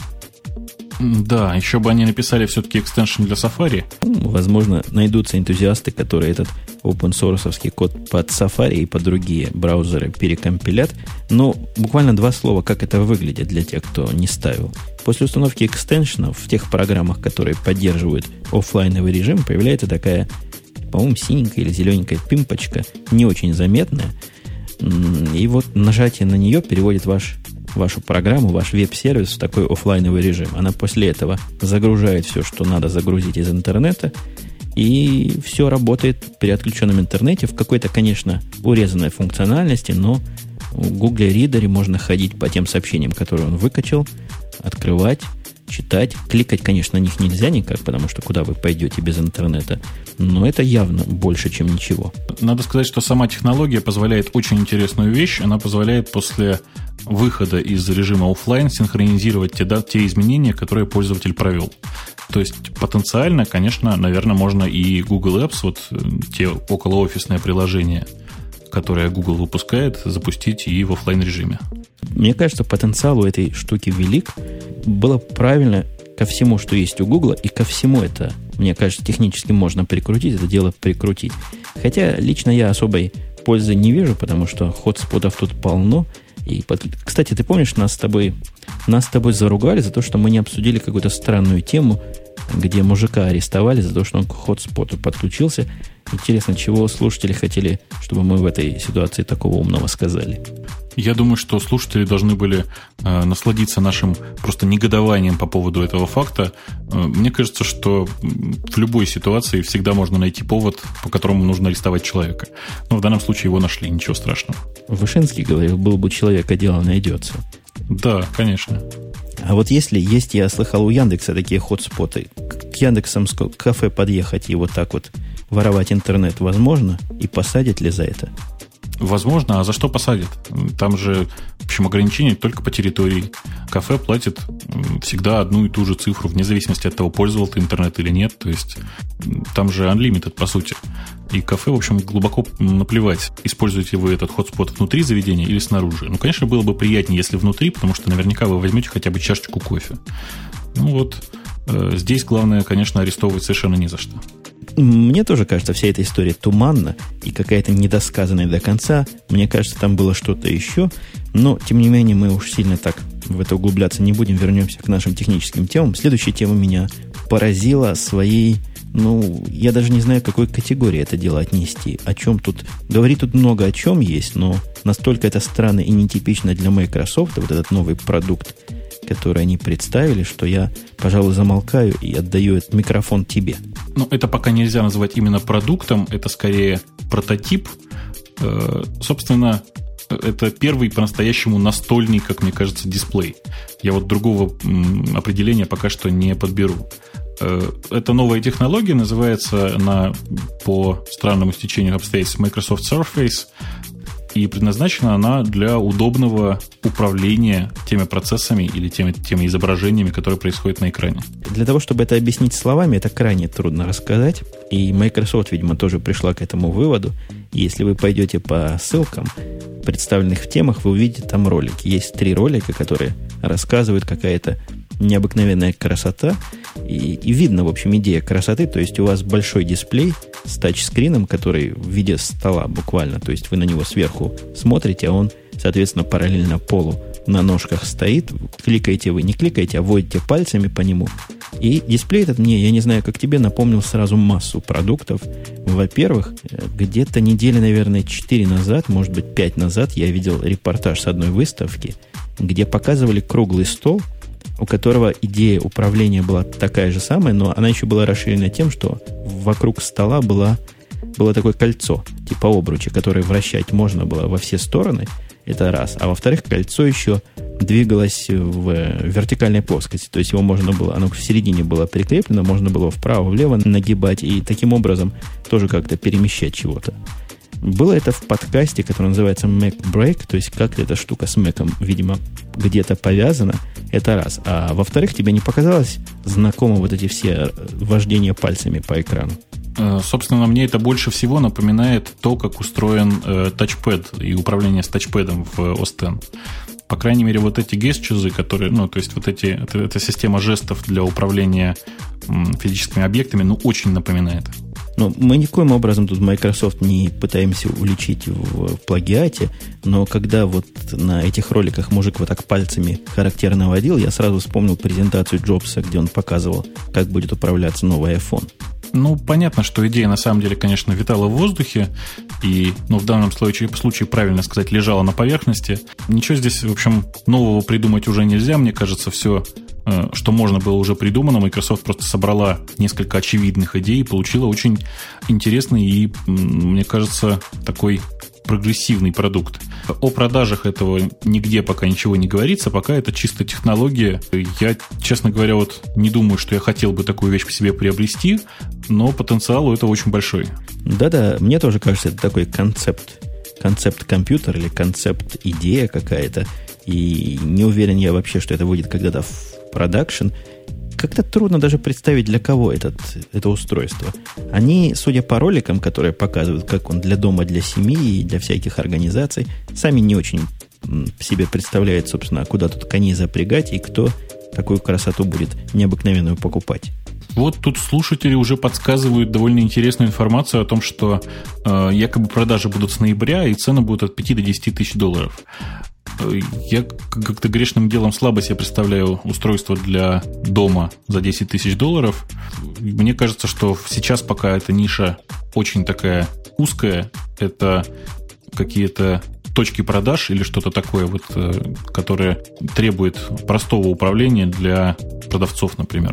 Да, еще бы они написали все-таки экстеншн для Safari. Возможно, найдутся энтузиасты, которые этот open-source код под Safari и под другие браузеры перекомпилят. Но буквально два слова, как это выглядит для тех, кто не ставил. После установки экстеншенов в тех программах, которые поддерживают офлайновый режим, появляется такая, по-моему, синенькая или зелененькая пимпочка, не очень заметная. И вот нажатие на нее переводит вашу программу, ваш веб-сервис в такой офлайновый режим. Она после этого загружает все, что надо загрузить из интернета, и все работает при отключенном интернете в какой-то, конечно, урезанной функциональности, но в Google Reader можно ходить по тем сообщениям, которые он выкачал, открывать, читать. Кликать, конечно, на них нельзя никак, потому что куда вы пойдете без интернета. Но это явно больше, чем ничего. Надо сказать, что сама технология позволяет очень интересную вещь. Она позволяет после выхода из режима офлайн синхронизировать те изменения, которые пользователь провел. То есть потенциально, конечно, наверное, можно и Google Apps, вот те околоофисные приложения, которые Google выпускает, запустить и в офлайн режиме. Мне кажется, потенциал у этой штуки велик. Было правильно ко всему, что есть у Google, и ко всему это, мне кажется, технически можно прикрутить, это дело прикрутить. Хотя лично я особой пользы не вижу, потому что хотспотов тут полно. И, кстати, ты помнишь, нас с тобой заругали за то, что мы не обсудили какую-то странную тему, где мужика арестовали за то, что он к хотспоту подключился. Интересно, чего слушатели хотели, чтобы мы в этой ситуации такого умного сказали? Я думаю, что слушатели должны были насладиться нашим просто негодованием по поводу этого факта. Мне кажется, что в любой ситуации всегда можно найти повод, по которому нужно арестовать человека. Но в данном случае его нашли, ничего страшного. Вышинский говорил, был бы человек, а дело найдется. Да, конечно. А вот если есть, я слыхал, у Яндекса такие хотспоты, к Яндексовскому кафе подъехать и вот так вот воровать интернет возможно? И посадят ли за это? Возможно, а за что посадят? Там же, в общем, ограничения только по территории. Кафе платит всегда одну и ту же цифру, вне зависимости от того, пользовал ты интернет или нет. То есть там же unlimited, по сути. И кафе, в общем, глубоко наплевать, используете вы этот хотспот внутри заведения или снаружи. Ну, конечно, было бы приятнее, если внутри, потому что наверняка вы возьмете хотя бы чашечку кофе. Ну вот, здесь главное, конечно, арестовывать совершенно ни за что. Мне тоже кажется, вся эта история туманна и какая-то недосказанная до конца. Мне кажется, там было что-то еще. Но, тем не менее, мы уж сильно так в это углубляться не будем. Вернемся к нашим техническим темам. Следующая тема меня поразила своей... я даже не знаю, к какой категории это дело отнести. О чем тут... Говорить тут много о чем есть, но настолько это странно и нетипично для Microsoft, вот этот новый продукт, который они представили, что я, пожалуй, замолкаю и отдаю этот микрофон тебе. Это пока нельзя называть именно продуктом, это скорее прототип. Собственно, это первый по-настоящему настольный, как мне кажется, дисплей. Я вот другого определения пока что не подберу. Эта новая технология называется по странному стечению обстоятельств Microsoft Surface, и предназначена она для удобного управления теми процессами или теми изображениями, которые происходят на экране. Для того, чтобы это объяснить словами, это крайне трудно рассказать. И Microsoft, видимо, тоже пришла к этому выводу. И если вы пойдете по ссылкам, представленных в темах, вы увидите там ролики. Есть 3 ролика, которые рассказывают, какая-то необыкновенная красота. И видно, в общем, идея красоты. То есть у вас большой дисплей с тачскрином, который в виде стола буквально. То есть вы на него сверху смотрите, а он, соответственно, параллельно полу на ножках стоит. Кликаете вы, не кликаете, а водите пальцами по нему. И дисплей этот мне, я не знаю, как тебе, напомнил сразу массу продуктов. Во-первых, где-то недели, наверное, 4 назад, может быть, 5 назад я видел репортаж с одной выставки, где показывали круглый стол, у которого идея управления была такая же самая, но она еще была расширена тем, что вокруг стола было такое кольцо, типа обруча, которое вращать можно было во все стороны. Это раз. А во-вторых, кольцо еще двигалось в вертикальной плоскости. То есть его можно было, оно в середине было прикреплено, можно было вправо-влево нагибать и таким образом тоже как-то перемещать чего-то. Было это в подкасте, который называется Mac Break, то есть как эта штука с Mac'ом, видимо, где-то повязана. Это раз. А во-вторых, тебе не показалось знакомо вот эти все вождения пальцами по экрану? Собственно, мне это больше всего напоминает то, как устроен тачпэд и управление с тачпэдом в OS X. По крайней мере, вот эти гестures, которые, то есть вот эта система жестов для управления физическими объектами, очень напоминает. Но мы никоим образом тут Microsoft не пытаемся уличить в плагиате, но когда вот на этих роликах мужик вот так пальцами характерно водил, я сразу вспомнил презентацию Джобса, где он показывал, как будет управляться новый iPhone. Понятно, что идея на самом деле, конечно, витала в воздухе и, в данном случае, правильно сказать, лежала на поверхности. Ничего здесь, в общем, нового придумать уже нельзя. Мне кажется, все, что можно было, уже придумано. Microsoft просто собрала несколько очевидных идей и получила очень интересный и, мне кажется, такой прогрессивный продукт. О продажах этого нигде пока ничего не говорится, пока это чисто технология. Я, честно говоря, не думаю, что я хотел бы такую вещь по себе приобрести, но потенциал у этого очень большой. Да-да, мне тоже кажется, это такой концепт-компьютер или концепт-идея какая-то, и не уверен я вообще, что это выйдет когда-то в продакшн. Как-то трудно даже представить, для кого это устройство. Они, судя по роликам, которые показывают, как он для дома, для семьи и для всяких организаций, сами не очень себе представляют, собственно, куда тут коней запрягать и кто такую красоту будет необыкновенную покупать. Вот тут слушатели уже подсказывают довольно интересную информацию о том, что якобы продажи будут с ноября и цены будут от 5 до 10 тысяч долларов. Я как-то грешным делом слабо себе представляю устройство для дома за 10 тысяч долларов. Мне кажется, что сейчас пока эта ниша очень такая узкая. Это какие-то точки продаж или что-то такое, вот, которое требует простого управления для продавцов, например.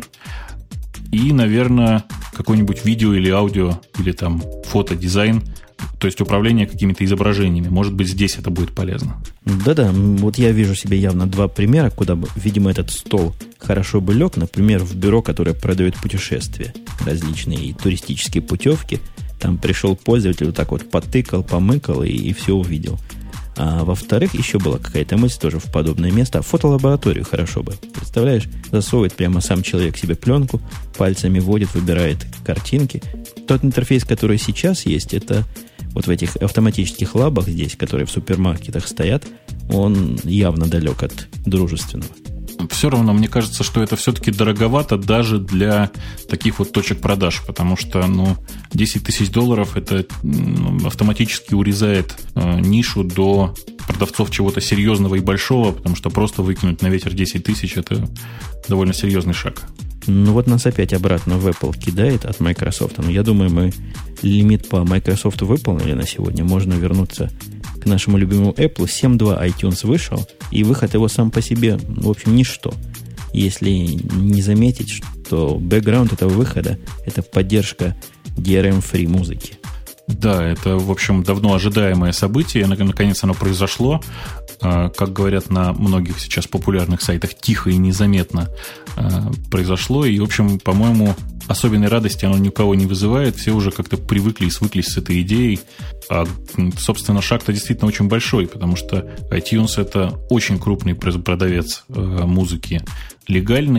И, наверное, какой-нибудь видео или аудио, или там фотодизайн, то есть управление какими-то изображениями. Может быть, здесь это будет полезно. Да-да, вот я вижу себе явно два примера, куда бы, видимо, этот стол хорошо бы лег. Например, в бюро, которое продает путешествия различные и туристические путевки. Там пришел пользователь, вот так вот потыкал, помыкал и все увидел. А во-вторых, еще была какая-то мысль тоже в подобное место. Фотолабораторию хорошо бы. Представляешь, засовывает прямо сам человек себе пленку, пальцами вводит, выбирает картинки. Тот интерфейс, который сейчас есть, это вот в этих автоматических лабах здесь, которые в супермаркетах стоят, он явно далек от дружественного. Все равно, мне кажется, что это все-таки дороговато даже для таких вот точек продаж, потому что, $10 тысяч это автоматически урезает нишу до продавцов чего-то серьезного и большого, потому что просто выкинуть на ветер 10 тысяч – это довольно серьезный шаг. Ну вот нас опять обратно в Apple кидает от Microsoft. Но я думаю, мы лимит по Microsoft выполнили на сегодня. Можно вернуться к нашему любимому Apple. 7.2 iTunes вышел, и выход его сам по себе, в общем, ничто. Если не заметить, что бэкграунд этого выхода – это поддержка DRM-free музыки. Да, это, в общем, давно ожидаемое событие. Наконец оно произошло. Как говорят на многих сейчас популярных сайтах, тихо и незаметно произошло. И, в общем, по-моему, особенной радости оно ни у кого не вызывает. Все уже как-то привыкли и свыклись с этой идеей. А, собственно, шаг-то действительно очень большой, потому что iTunes – это очень крупный продавец музыки легальный.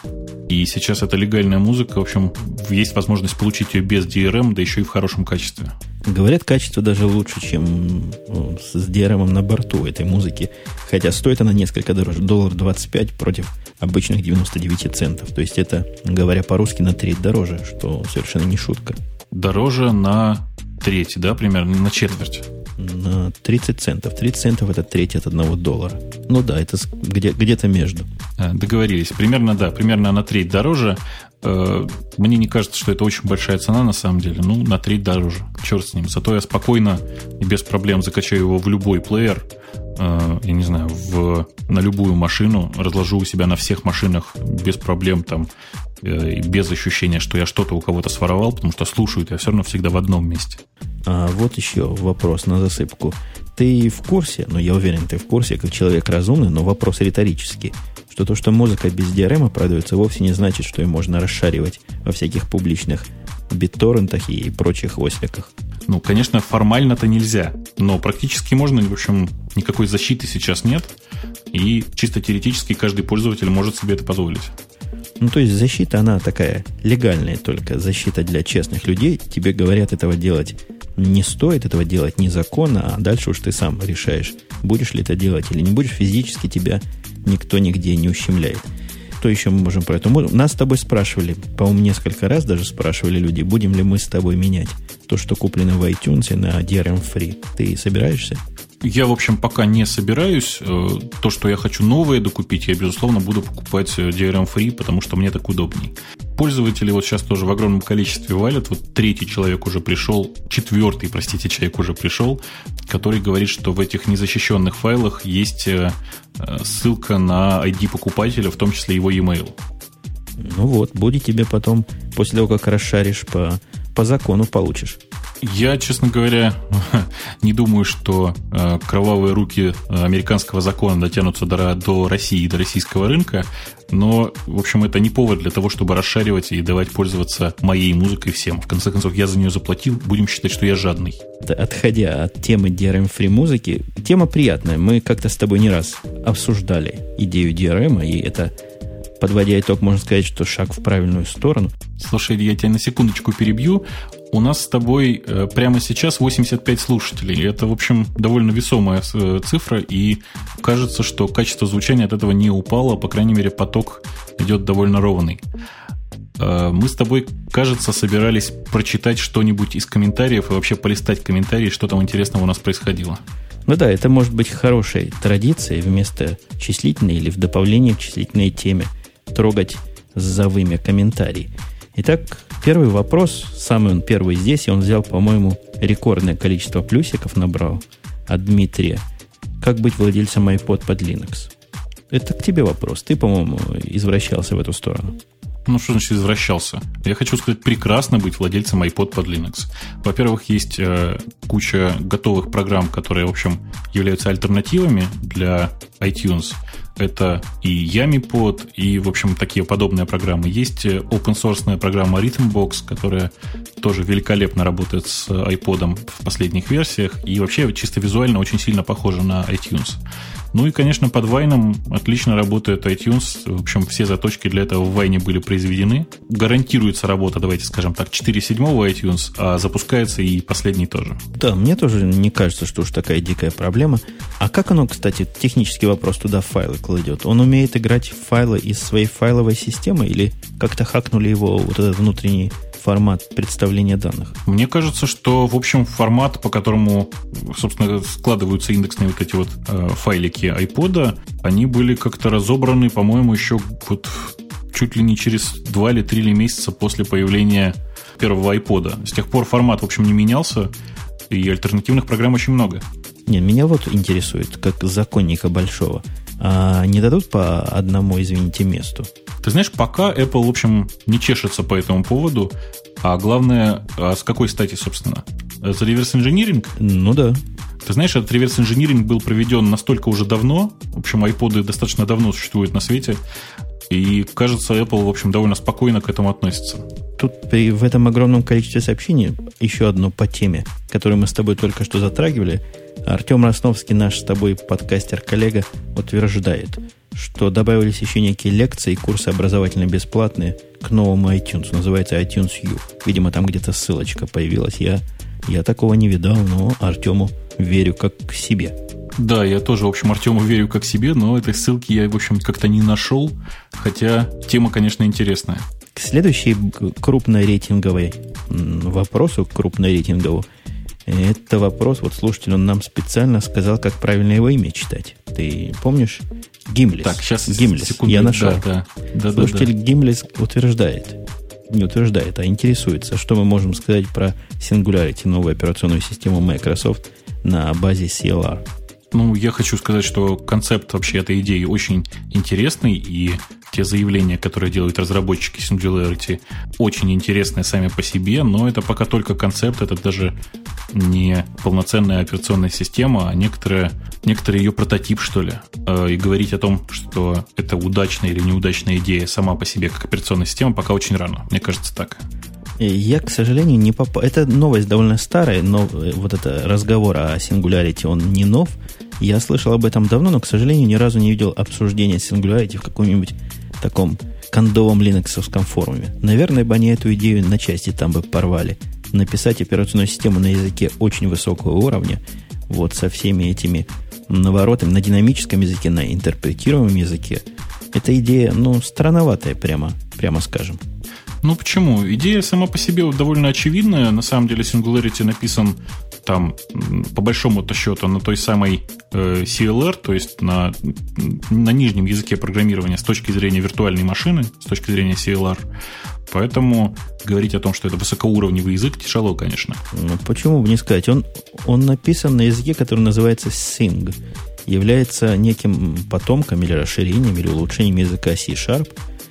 И сейчас эта легальная музыка, в общем, есть возможность получить ее без DRM, да еще и в хорошем качестве. Говорят, качество даже лучше, чем с DRM на борту этой музыки. Хотя стоит она несколько дороже. $25 против обычных 99 центов. То есть это, говоря по-русски, на треть дороже, что совершенно не шутка. Дороже на треть, да, примерно, на четверть? На 30 центов. 30 центов – это треть от $1. Ну да, это где-то между. Договорились. Примерно на треть дороже. Мне не кажется, что это очень большая цена на самом деле. На треть дороже. Черт с ним. Зато я спокойно и без проблем закачаю его в любой плеер. Я не знаю, на любую машину. Разложу у себя на всех машинах без проблем там, без ощущения, что я что-то у кого-то своровал, потому что слушаю я все равно всегда в одном месте. А вот еще вопрос на засыпку. Ты в курсе, я уверен, ты в курсе, как человек разумный, но вопрос риторический, что то, что музыка без DRM продается, вовсе не значит, что ее можно расшаривать во всяких публичных битторрентах и прочих осликах. Конечно, формально-то нельзя, но практически можно. В общем, никакой защиты сейчас нет, и чисто теоретически каждый пользователь может себе это позволить. То есть защита, она такая легальная только, защита для честных людей. Тебе говорят, этого делать не стоит, этого делать незаконно, а дальше уж ты сам решаешь, будешь ли это делать или не будешь. Физически тебя никто нигде не ущемляет. Что еще мы можем про это? Нас с тобой спрашивали, по-моему, несколько раз даже спрашивали люди, будем ли мы с тобой менять то, что куплено в iTunes, на DRM-free. Ты собираешься? Я, в общем, пока не собираюсь. То, что я хочу новое докупить, я, безусловно, буду покупать DRM-free, потому что мне так удобней. Пользователи вот сейчас тоже в огромном количестве валят. Вот четвертый человек уже пришел, который говорит, что в этих незащищенных файлах есть ссылка на ID покупателя, в том числе его e-mail. Будет тебе потом, после того, как расшаришь, по закону получишь. Я, честно говоря, не думаю, что кровавые руки американского закона дотянутся до России и до российского рынка, но, в общем, это не повод для того, чтобы расшаривать и давать пользоваться моей музыкой всем. В конце концов, я за нее заплатил, будем считать, что я жадный. Отходя от темы DRM-free музыки, тема приятная. Мы как-то с тобой не раз обсуждали идею DRM, и это, подводя итог, можно сказать, что шаг в правильную сторону. Слушай, я тебя на секундочку перебью. У нас с тобой прямо сейчас 85 слушателей. Это, в общем, довольно весомая цифра, и кажется, что качество звучания от этого не упало, по крайней мере, поток идет довольно ровный. Мы с тобой, кажется, собирались прочитать что-нибудь из комментариев и вообще полистать комментарии, что там интересного у нас происходило. Да, это может быть хорошей традицией вместо числительной или в дополнение к числительной теме трогать за вымя комментарий. Итак, первый вопрос, самый он первый здесь, и он взял, по-моему, рекордное количество плюсиков набрал от Дмитрия. как быть владельцем iPod под Linux. Это к тебе вопрос. Ты, по-моему, извращался в эту сторону. Ну, что значит извращался? Я хочу сказать, прекрасно быть владельцем iPod под Linux. Во-первых, есть куча готовых программ, которые, в общем, являются альтернативами для iTunes. Это и YummyPod, и, в общем, такие подобные программы. Есть open-source программа Rhythmbox, которая тоже великолепно работает с iPod в последних версиях, и вообще чисто визуально очень сильно похожа на iTunes. Ну и, конечно, под Вайном отлично работает iTunes. В общем, все заточки для этого в Вайне были произведены. Гарантируется работа, давайте скажем так, 4.7 iTunes, а запускается и последний тоже. Да, мне тоже не кажется, что уж такая дикая проблема. А как оно, кстати, технический вопрос, туда файлы кладет? Он умеет играть в файлы из своей файловой системы или как-то хакнули его вот этот внутренний формат представления данных? Мне кажется, что, в общем, формат, по которому, собственно, складываются индексные вот эти вот файлики iPod, они были как-то разобраны, по-моему, еще вот чуть ли не через 2 или 3 месяца после появления первого iPod. С тех пор формат, в общем, не менялся, и альтернативных программ очень много. Нет, меня вот интересует, как законника большого. А не дадут по одному, извините, месту? Ты знаешь, пока Apple, в общем, не чешется по этому поводу, а главное, с какой стати, собственно? За реверс-инжиниринг? Ну да. Ты знаешь, этот реверс-инжиниринг был проведен настолько уже давно, в общем, iPod достаточно давно существуют на свете, и, кажется, Apple, в общем, довольно спокойно к этому относится. Тут в этом огромном количестве сообщений еще одно по теме, которую мы с тобой только что затрагивали. Артем Росновский, наш с тобой подкастер-коллега, утверждает, что добавились еще некие лекции и курсы образовательно-бесплатные к новому iTunes. Называется iTunes U. Видимо, там где-то ссылочка появилась. Я такого не видал, но Артему верю как к себе. Да, я тоже, в общем, Артему верю как себе, но этой ссылки я, в общем, как-то не нашел, хотя тема, конечно, интересная. К следующей крупной рейтинговой вопросу, крупнорейтинговому, это вопрос, вот слушатель, он нам специально сказал, как правильно его имя читать. Ты помнишь? Гимлис. Так, сейчас, Гимлис. секунду. Я нашел. Да. Слушатель Гимлис утверждает, не утверждает, а интересуется, что мы можем сказать про Singularity, новую операционную систему Microsoft на базе CLR. Ну, я хочу сказать, что концепт вообще этой идеи очень интересный, и те заявления, которые делают разработчики Singularity, очень интересные сами по себе, но это пока только концепт, это даже не полноценная операционная система, а некоторый ее прототип, что ли. И говорить о том, что это удачная или неудачная идея сама по себе как операционная система, пока очень рано. Мне кажется, так. Я, к сожалению, не попал. Эта новость довольно старая, но вот этот разговор о Singularity, он не нов. Я слышал об этом давно, но, к сожалению, ни разу не видел обсуждения Singularity в каком-нибудь таком кондовом линоксовском форуме. Наверное, бы они эту идею на части там бы порвали. Написать операционную систему на языке очень высокого уровня, вот со всеми этими наворотами на динамическом языке, на интерпретируемом языке. Эта идея, странноватая, прямо скажем. Ну, почему? Идея сама по себе довольно очевидная. На самом деле Singularity написан там, по большому-то счету, на той самой CLR, то есть на нижнем языке программирования с точки зрения виртуальной машины, с точки зрения CLR. Поэтому говорить о том, что это высокоуровневый язык, тяжело, конечно. Ну, почему бы не сказать? Он написан на языке, который называется Sing. Является неким потомком или расширением, или улучшением языка C-Sharp.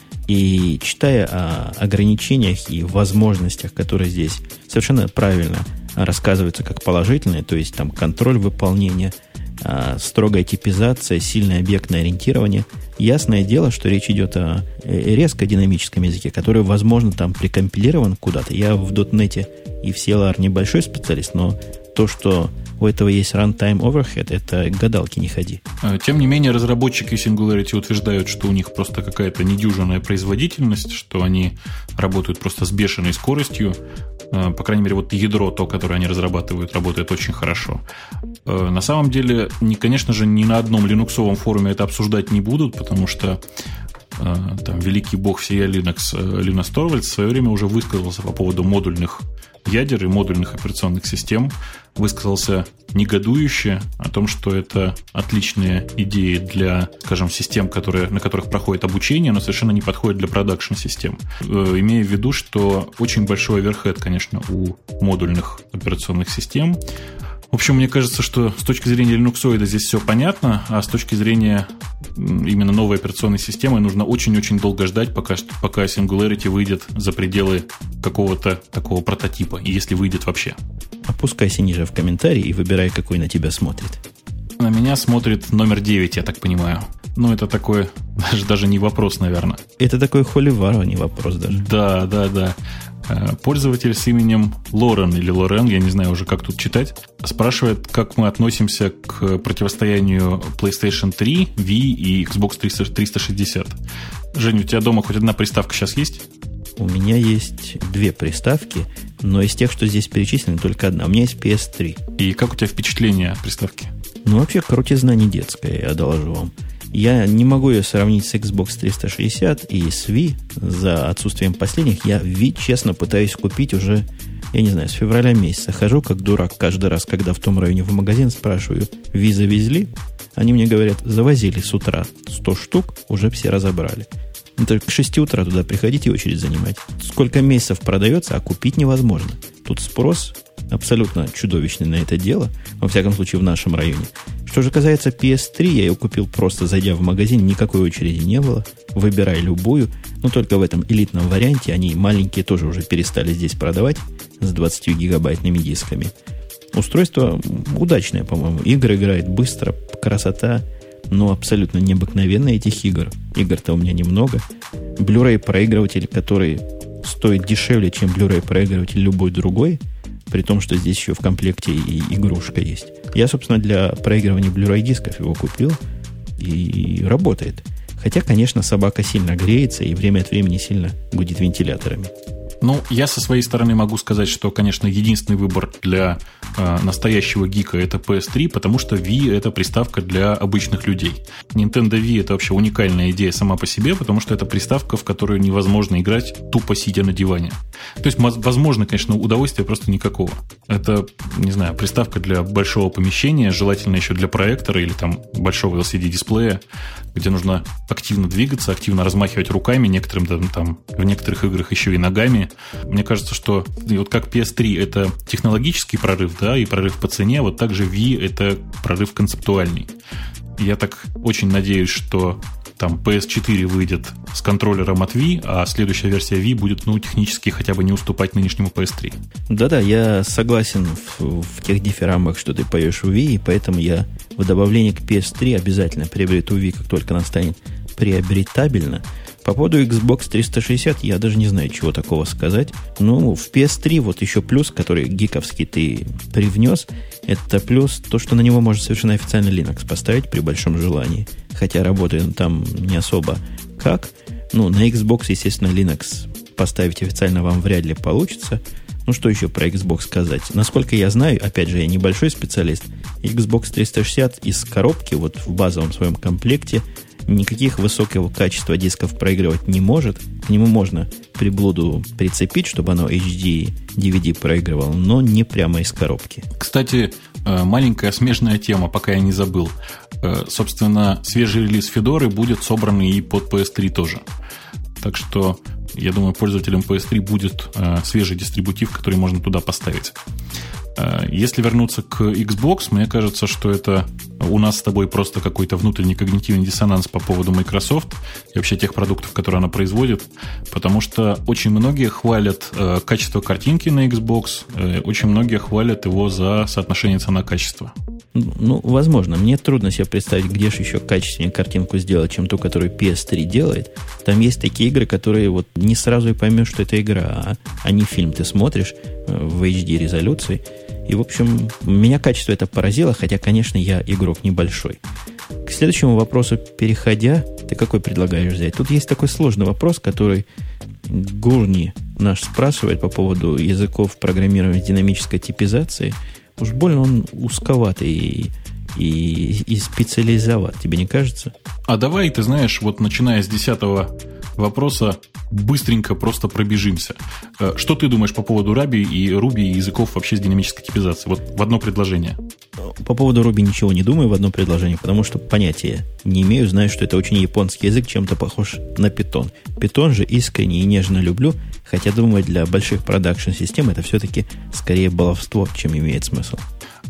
И читая о ограничениях и возможностях, которые здесь совершенно правильно рассказываются как положительные, то есть там контроль выполнения, строгая типизация, сильное объектное ориентирование, ясное дело, что речь идет о резко динамическом языке, который, возможно, там прикомпилирован куда-то. Я в .NET и в CLR небольшой специалист, но то, что у этого есть runtime overhead, это гадалки не ходи. Тем не менее, разработчики Singularity утверждают, что у них просто какая-то недюжинная производительность, что они работают просто с бешеной скоростью. По крайней мере, вот ядро, то, которое они разрабатывают, работает очень хорошо. На самом деле, конечно же, ни на одном линуксовом форуме это обсуждать не будут, потому что там великий бог всея Linux Линус Торвальдс в свое время уже высказался по поводу модульных ядер и модульных операционных систем, высказался негодующе о том, что это отличные идеи для, скажем, систем, на которых проходит обучение, но совершенно не подходят для продакшн-систем. Имея в виду, что очень большой оверхед, конечно, у модульных операционных систем. В общем, мне кажется, что с точки зрения линуксоида здесь все понятно, а с точки зрения именно новой операционной системы нужно очень-очень долго ждать, пока Singularity выйдет за пределы какого-то такого прототипа, если выйдет вообще. Опускайся ниже в комментарии и выбирай, какой на тебя смотрит. На меня смотрит номер 9, я так понимаю. Ну, это такой, даже не вопрос, наверное. Это такой холивар, а не вопрос даже. Да. Пользователь с именем Лорен или Лорен, я не знаю уже, как тут читать, спрашивает, как мы относимся к противостоянию PlayStation 3, Wii и Xbox 360. Жень, у тебя дома хоть одна приставка сейчас есть? У меня есть 2 приставки, но из тех, что здесь перечислены, только одна. У меня есть PS3. И как у тебя впечатление от приставки? Ну, вообще, крутизна не детская, я доложу вам. Я не могу ее сравнить с Xbox 360 и с Wii. За отсутствием последних я Wii, честно, пытаюсь купить уже, я не знаю, с февраля месяца. Хожу как дурак каждый раз, когда в том районе в магазин спрашиваю, Wii завезли? Они мне говорят, завозили с утра 100 штук, уже все разобрали. Это к 6 утра туда приходите и очередь занимать. Сколько месяцев продается, а купить невозможно. Тут спрос абсолютно чудовищный на это дело, во всяком случае в нашем районе. Что же касается PS3, я ее купил просто зайдя в магазин, никакой очереди не было. Выбирай любую, но только в этом элитном варианте, они маленькие тоже уже перестали здесь продавать с 20 гигабайтными дисками. Устройство удачное, по-моему. Игры играет быстро, красота, но абсолютно необыкновенная этих игр. Игр-то у меня немного. Blu-ray проигрыватель, который стоит дешевле, чем Blu-ray проигрыватель любой другой, при том, что здесь еще в комплекте и игрушка есть. Я, собственно, для проигрывания Blu-ray дисков его купил, и работает. Хотя, конечно, собака сильно греется и время от времени сильно гудит вентиляторами. Ну, я со своей стороны могу сказать, что, конечно, единственный выбор для настоящего гика – это PS3, потому что Wii – это приставка для обычных людей. Nintendo Wii – это вообще уникальная идея сама по себе, потому что это приставка, в которую невозможно играть, тупо сидя на диване. То есть, возможно, конечно, удовольствия просто никакого. Это, не знаю, приставка для большого помещения, желательно еще для проектора или там большого LCD-дисплея, где нужно активно двигаться, активно размахивать руками, в некоторых играх еще и ногами. Мне кажется, что вот как PS3 это технологический прорыв, да, и прорыв по цене, вот так же Wii это прорыв концептуальный. Я так очень надеюсь, что там PS4 выйдет с контроллером от Wii, а следующая версия Wii будет, технически хотя бы не уступать нынешнему PS3. Да-да, я согласен в тех дифирамбах, что ты поешь в Wii, и поэтому я в добавлении к PS3 обязательно приобрету Wii, как только она станет приобретабельна. По поводу Xbox 360 я даже не знаю, чего такого сказать. Ну, в PS3 вот еще плюс, который гиковский ты привнес, это плюс то, что на него можно совершенно официально Linux поставить при большом желании. Хотя работает он там не особо как. Ну, на Xbox, естественно, Linux поставить официально вам вряд ли получится. Ну, что еще про Xbox сказать? Насколько я знаю, опять же, я небольшой специалист, Xbox 360 из коробки, вот в базовом своем комплекте, никаких высокого качества дисков проигрывать не может. К нему можно приблуду прицепить, чтобы оно HD DVD проигрывало, но не прямо из коробки. Кстати, маленькая смежная тема, пока я не забыл. Собственно, свежий релиз Fedora будет собран и под PS3 тоже. Так что, я думаю, пользователям PS3 будет свежий дистрибутив, который можно туда поставить. Если вернуться к Xbox, мне кажется, что это у нас с тобой просто какой-то внутренний когнитивный диссонанс по поводу Microsoft и вообще тех продуктов, которые она производит, потому что очень многие хвалят качество картинки на Xbox, очень многие хвалят его за соотношение цена-качество. Ну, возможно. Мне трудно себе представить, где же еще качественнее картинку сделать, чем ту, которую PS3 делает. Там есть такие игры, которые вот не сразу и поймешь, что это игра, а не фильм. Ты смотришь в HD-резолюции. И, в общем, меня качество это поразило, хотя, конечно, я игрок небольшой. К следующему вопросу переходя, ты какой предлагаешь взять? Тут есть такой сложный вопрос, который Гурни наш спрашивает по поводу языков программирования динамической типизации. Уж больно он узковатый и специализоват, тебе не кажется? А давай, ты знаешь, вот начиная с 10-го вопроса, быстренько просто пробежимся. Что ты думаешь по поводу Ruby и языков вообще с динамической типизацией? Вот в одно предложение. По поводу Ruby ничего не думаю в одно предложение, потому что понятия не имею. Знаю, что это очень японский язык, чем-то похож на Python. Python же искренне и нежно люблю, хотя, думаю, для больших продакшн-систем это все-таки скорее баловство, чем имеет смысл.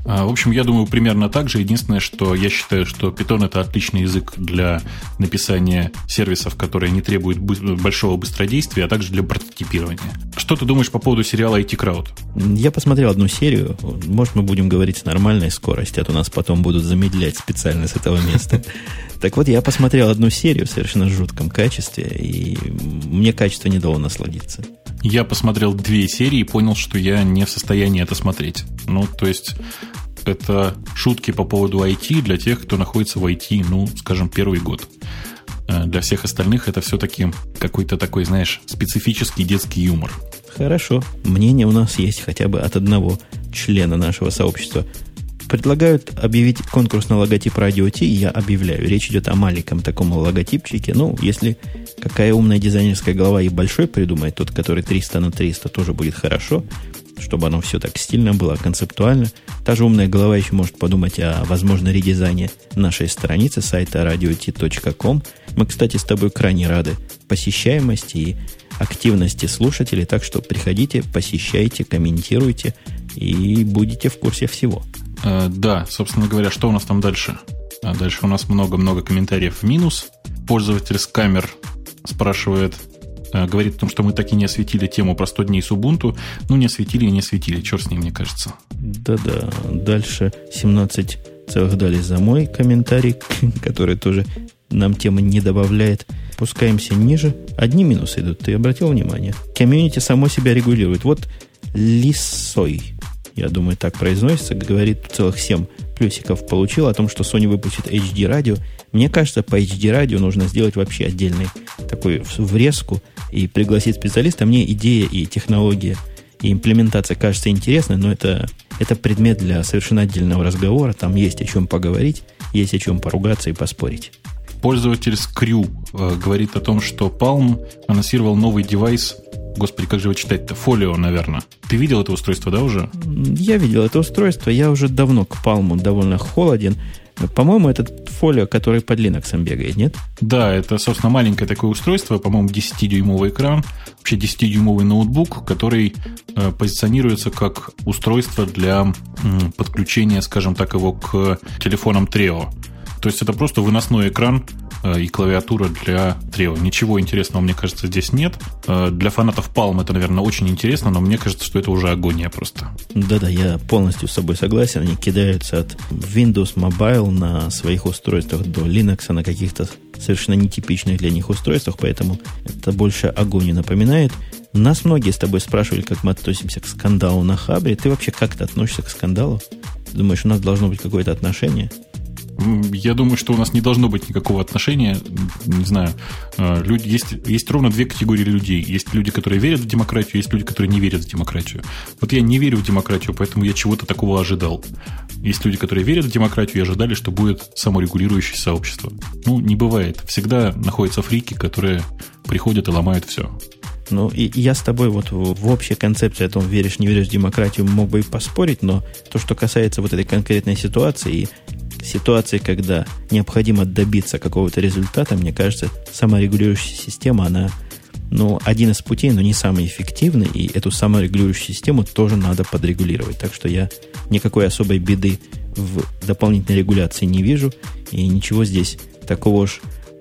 В общем, я думаю, примерно так же. Единственное, что я считаю, что Python – это отличный язык для написания сервисов, которые не требуют большого быстродействия, а также для прототипирования. Что ты думаешь по поводу сериала IT Crowd? Я посмотрел одну серию. Может, мы будем говорить с нормальной скоростью, а то нас потом будут замедлять специально с этого места. Так вот, я посмотрел одну серию в совершенно жутком качестве, и мне качество не дало насладиться. Я посмотрел 2 серии и понял, что я не в состоянии это смотреть. Ну, то есть, это шутки по поводу IT для тех, кто находится в IT, ну, скажем, первый год. Для всех остальных это все-таки какой-то такой, знаешь, специфический детский юмор. Хорошо. Мнение у нас есть хотя бы от одного члена нашего сообщества. Предлагают объявить конкурс на логотип Радио Ти, и я объявляю. Речь идет о маленьком таком логотипчике. Ну, если какая умная дизайнерская голова и большой придумает, тот, который 300 на 300, тоже будет хорошо, чтобы оно все так стильно было, концептуально. Та же умная голова еще может подумать о, возможно, редизайне нашей страницы сайта radiot.com. Мы, кстати, с тобой крайне рады посещаемости и активности слушателей, так что приходите, посещайте, комментируйте и будете в курсе всего. Да, собственно говоря, что у нас там дальше? Дальше у нас много-много комментариев в минус. Пользователь Скамер спрашивает, говорит о том, что мы так и не осветили тему про 100 дней с Ubuntu. Ну, не осветили и не осветили. Черт с ним, мне кажется. Да-да. Дальше 17 целых дали за мой комментарий, который тоже нам темы не добавляет. Спускаемся ниже. Одни минусы идут. Ты обратил внимание? Комьюнити само себя регулирует. Вот Лисой, я думаю, так произносится, говорит, целых 7 плюсиков получил о том, что Sony выпустит HD-радио. Мне кажется, по HD-радио нужно сделать вообще отдельный такой врезку и пригласить специалиста. Мне идея и технология, и имплементация кажется интересной, но это предмет для совершенно отдельного разговора. Там есть о чем поговорить, есть о чем поругаться и поспорить. Пользователь Скрю говорит о том, что Palm анонсировал новый девайс. Господи, как же его читать-то? Folio, наверное. Ты видел это устройство, да, уже? Я видел это устройство. Я уже давно к Palm довольно холоден. По-моему, это Folio, который под Linux бегает, нет? Да, это, собственно, маленькое такое устройство, по-моему, 10-дюймовый экран, вообще 10-дюймовый ноутбук, который позиционируется как устройство для подключения, скажем так, его к телефонам Treo. То есть это просто выносной экран и клавиатура для Treo. Ничего интересного, мне кажется, здесь нет. Для фанатов Palm это, наверное, очень интересно, но мне кажется, что это уже агония просто. Да-да, я полностью с собой согласен. Они кидаются от Windows Mobile на своих устройствах до Linux на каких-то совершенно нетипичных для них устройствах, поэтому это больше агонию напоминает. Нас многие с тобой спрашивали, как мы относимся к скандалу на Хабре. Ты вообще как-то относишься к скандалу? Думаешь, у нас должно быть какое-то отношение? Я думаю, что у нас не должно быть никакого отношения. Не знаю. Есть ровно 2 категории людей. Есть люди, которые верят в демократию, есть люди, которые не верят в демократию. Вот я не верю в демократию, поэтому я чего-то такого ожидал. Есть люди, которые верят в демократию и ожидали, что будет саморегулирующее сообщество. Ну, не бывает. Всегда находятся фрики, которые приходят и ломают все. Ну, и я с тобой вот в общей концепции о том, веришь, не веришь в демократию, мог бы и поспорить, но то, что касается вот этой конкретной ситуации, когда необходимо добиться какого-то результата, мне кажется, саморегулирующая система, она, один из путей, но не самый эффективный, и эту саморегулирующую систему тоже надо подрегулировать. Так что я никакой особой беды в дополнительной регуляции не вижу, и ничего здесь такого уж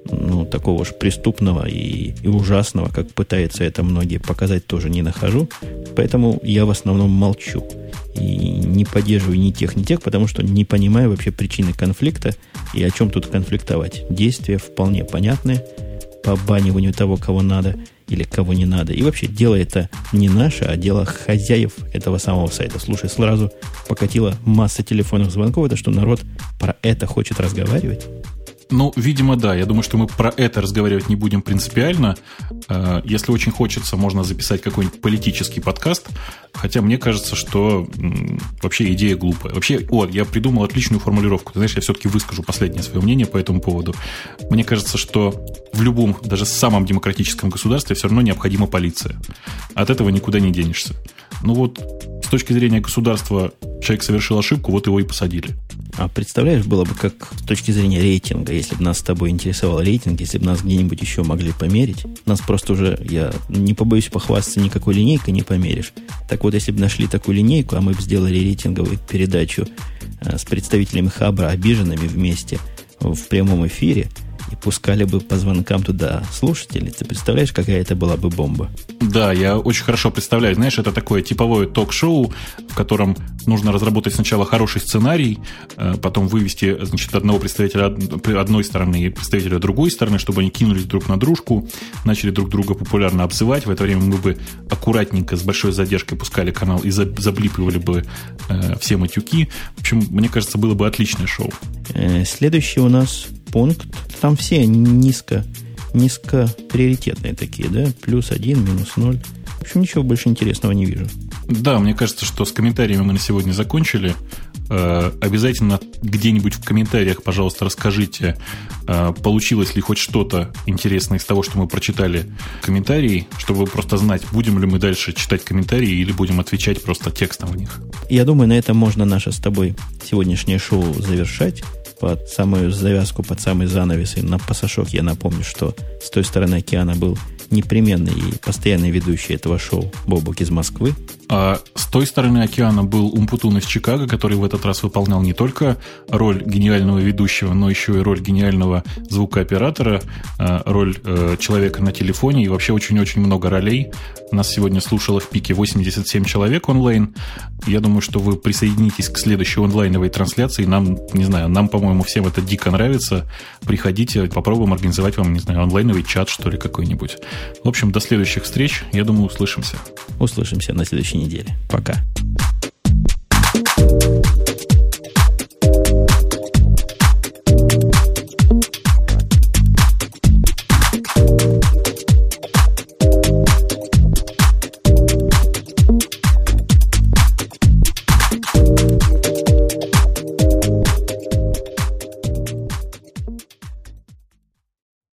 преступного и ужасного, как пытаются это многие показать, тоже не нахожу. Поэтому я в основном молчу. И не поддерживаю ни тех, потому что не понимаю вообще причины конфликта и о чем тут конфликтовать. Действия вполне понятные по обаниванию того, кого надо или кого не надо. И вообще дело это не наше, а дело хозяев этого самого сайта. Слушай, сразу покатила масса телефонных звонков. Это что, народ про это хочет разговаривать? Видимо, да. Я думаю, что мы про это разговаривать не будем принципиально. Если очень хочется, можно записать какой-нибудь политический подкаст. Хотя мне кажется, что вообще идея глупая. Вообще, я придумал отличную формулировку. Ты знаешь, я все-таки выскажу последнее свое мнение по этому поводу. Мне кажется, что в любом, даже самом демократическом государстве все равно необходима полиция. От этого никуда не денешься. С точки зрения государства человек совершил ошибку, вот его и посадили. А представляешь, было бы как с точки зрения рейтинга, если бы нас с тобой интересовал рейтинг, если бы нас где-нибудь еще могли померить. Нас просто уже, я не побоюсь похвастаться, никакой линейкой не померишь. Так вот, если бы нашли такую линейку, а мы бы сделали рейтинговую передачу с представителями Хабра обиженными вместе в прямом эфире и пускали бы по звонкам туда слушателей. Ты представляешь, какая это была бы бомба? Да, я очень хорошо представляю. Знаешь, это такое типовое ток-шоу, в котором нужно разработать сначала хороший сценарий, потом вывести, значит, одного представителя одной стороны и представителя другой стороны, чтобы они кинулись друг на дружку, начали друг друга популярно обзывать. В это время мы бы аккуратненько, с большой задержкой пускали канал и заблипывали бы все матюки. В общем, мне кажется, было бы отличное шоу. Следующий у нас пункт. Там все низко приоритетные такие, да? +1, -0. В общем, ничего больше интересного не вижу. Да, мне кажется, что с комментариями мы на сегодня закончили. Обязательно где-нибудь в комментариях, пожалуйста, расскажите, получилось ли хоть что-то интересное из того, что мы прочитали в комментарии, чтобы просто знать, будем ли мы дальше читать комментарии или будем отвечать просто текстом в них. Я думаю, на этом можно наше с тобой сегодняшнее шоу завершать. Под самую завязку, под самый занавес и на пасашок я напомню, что с той стороны океана был непременный и постоянный ведущий этого шоу Бобук из Москвы. А с той стороны океана был Умпутун из Чикаго, который в этот раз выполнял не только роль гениального ведущего, но еще и роль гениального звукооператора, роль человека на телефоне и вообще очень-очень много ролей. Нас сегодня слушало в пике 87 человек онлайн. Я думаю, что вы присоединитесь к следующей онлайновой трансляции. Нам, не знаю, по-моему, всем это дико нравится. Приходите, попробуем организовать вам, не знаю, онлайновый чат, что ли, какой-нибудь. В общем, до следующих встреч. Я думаю, услышимся. Услышимся на следующей неделе. Пока.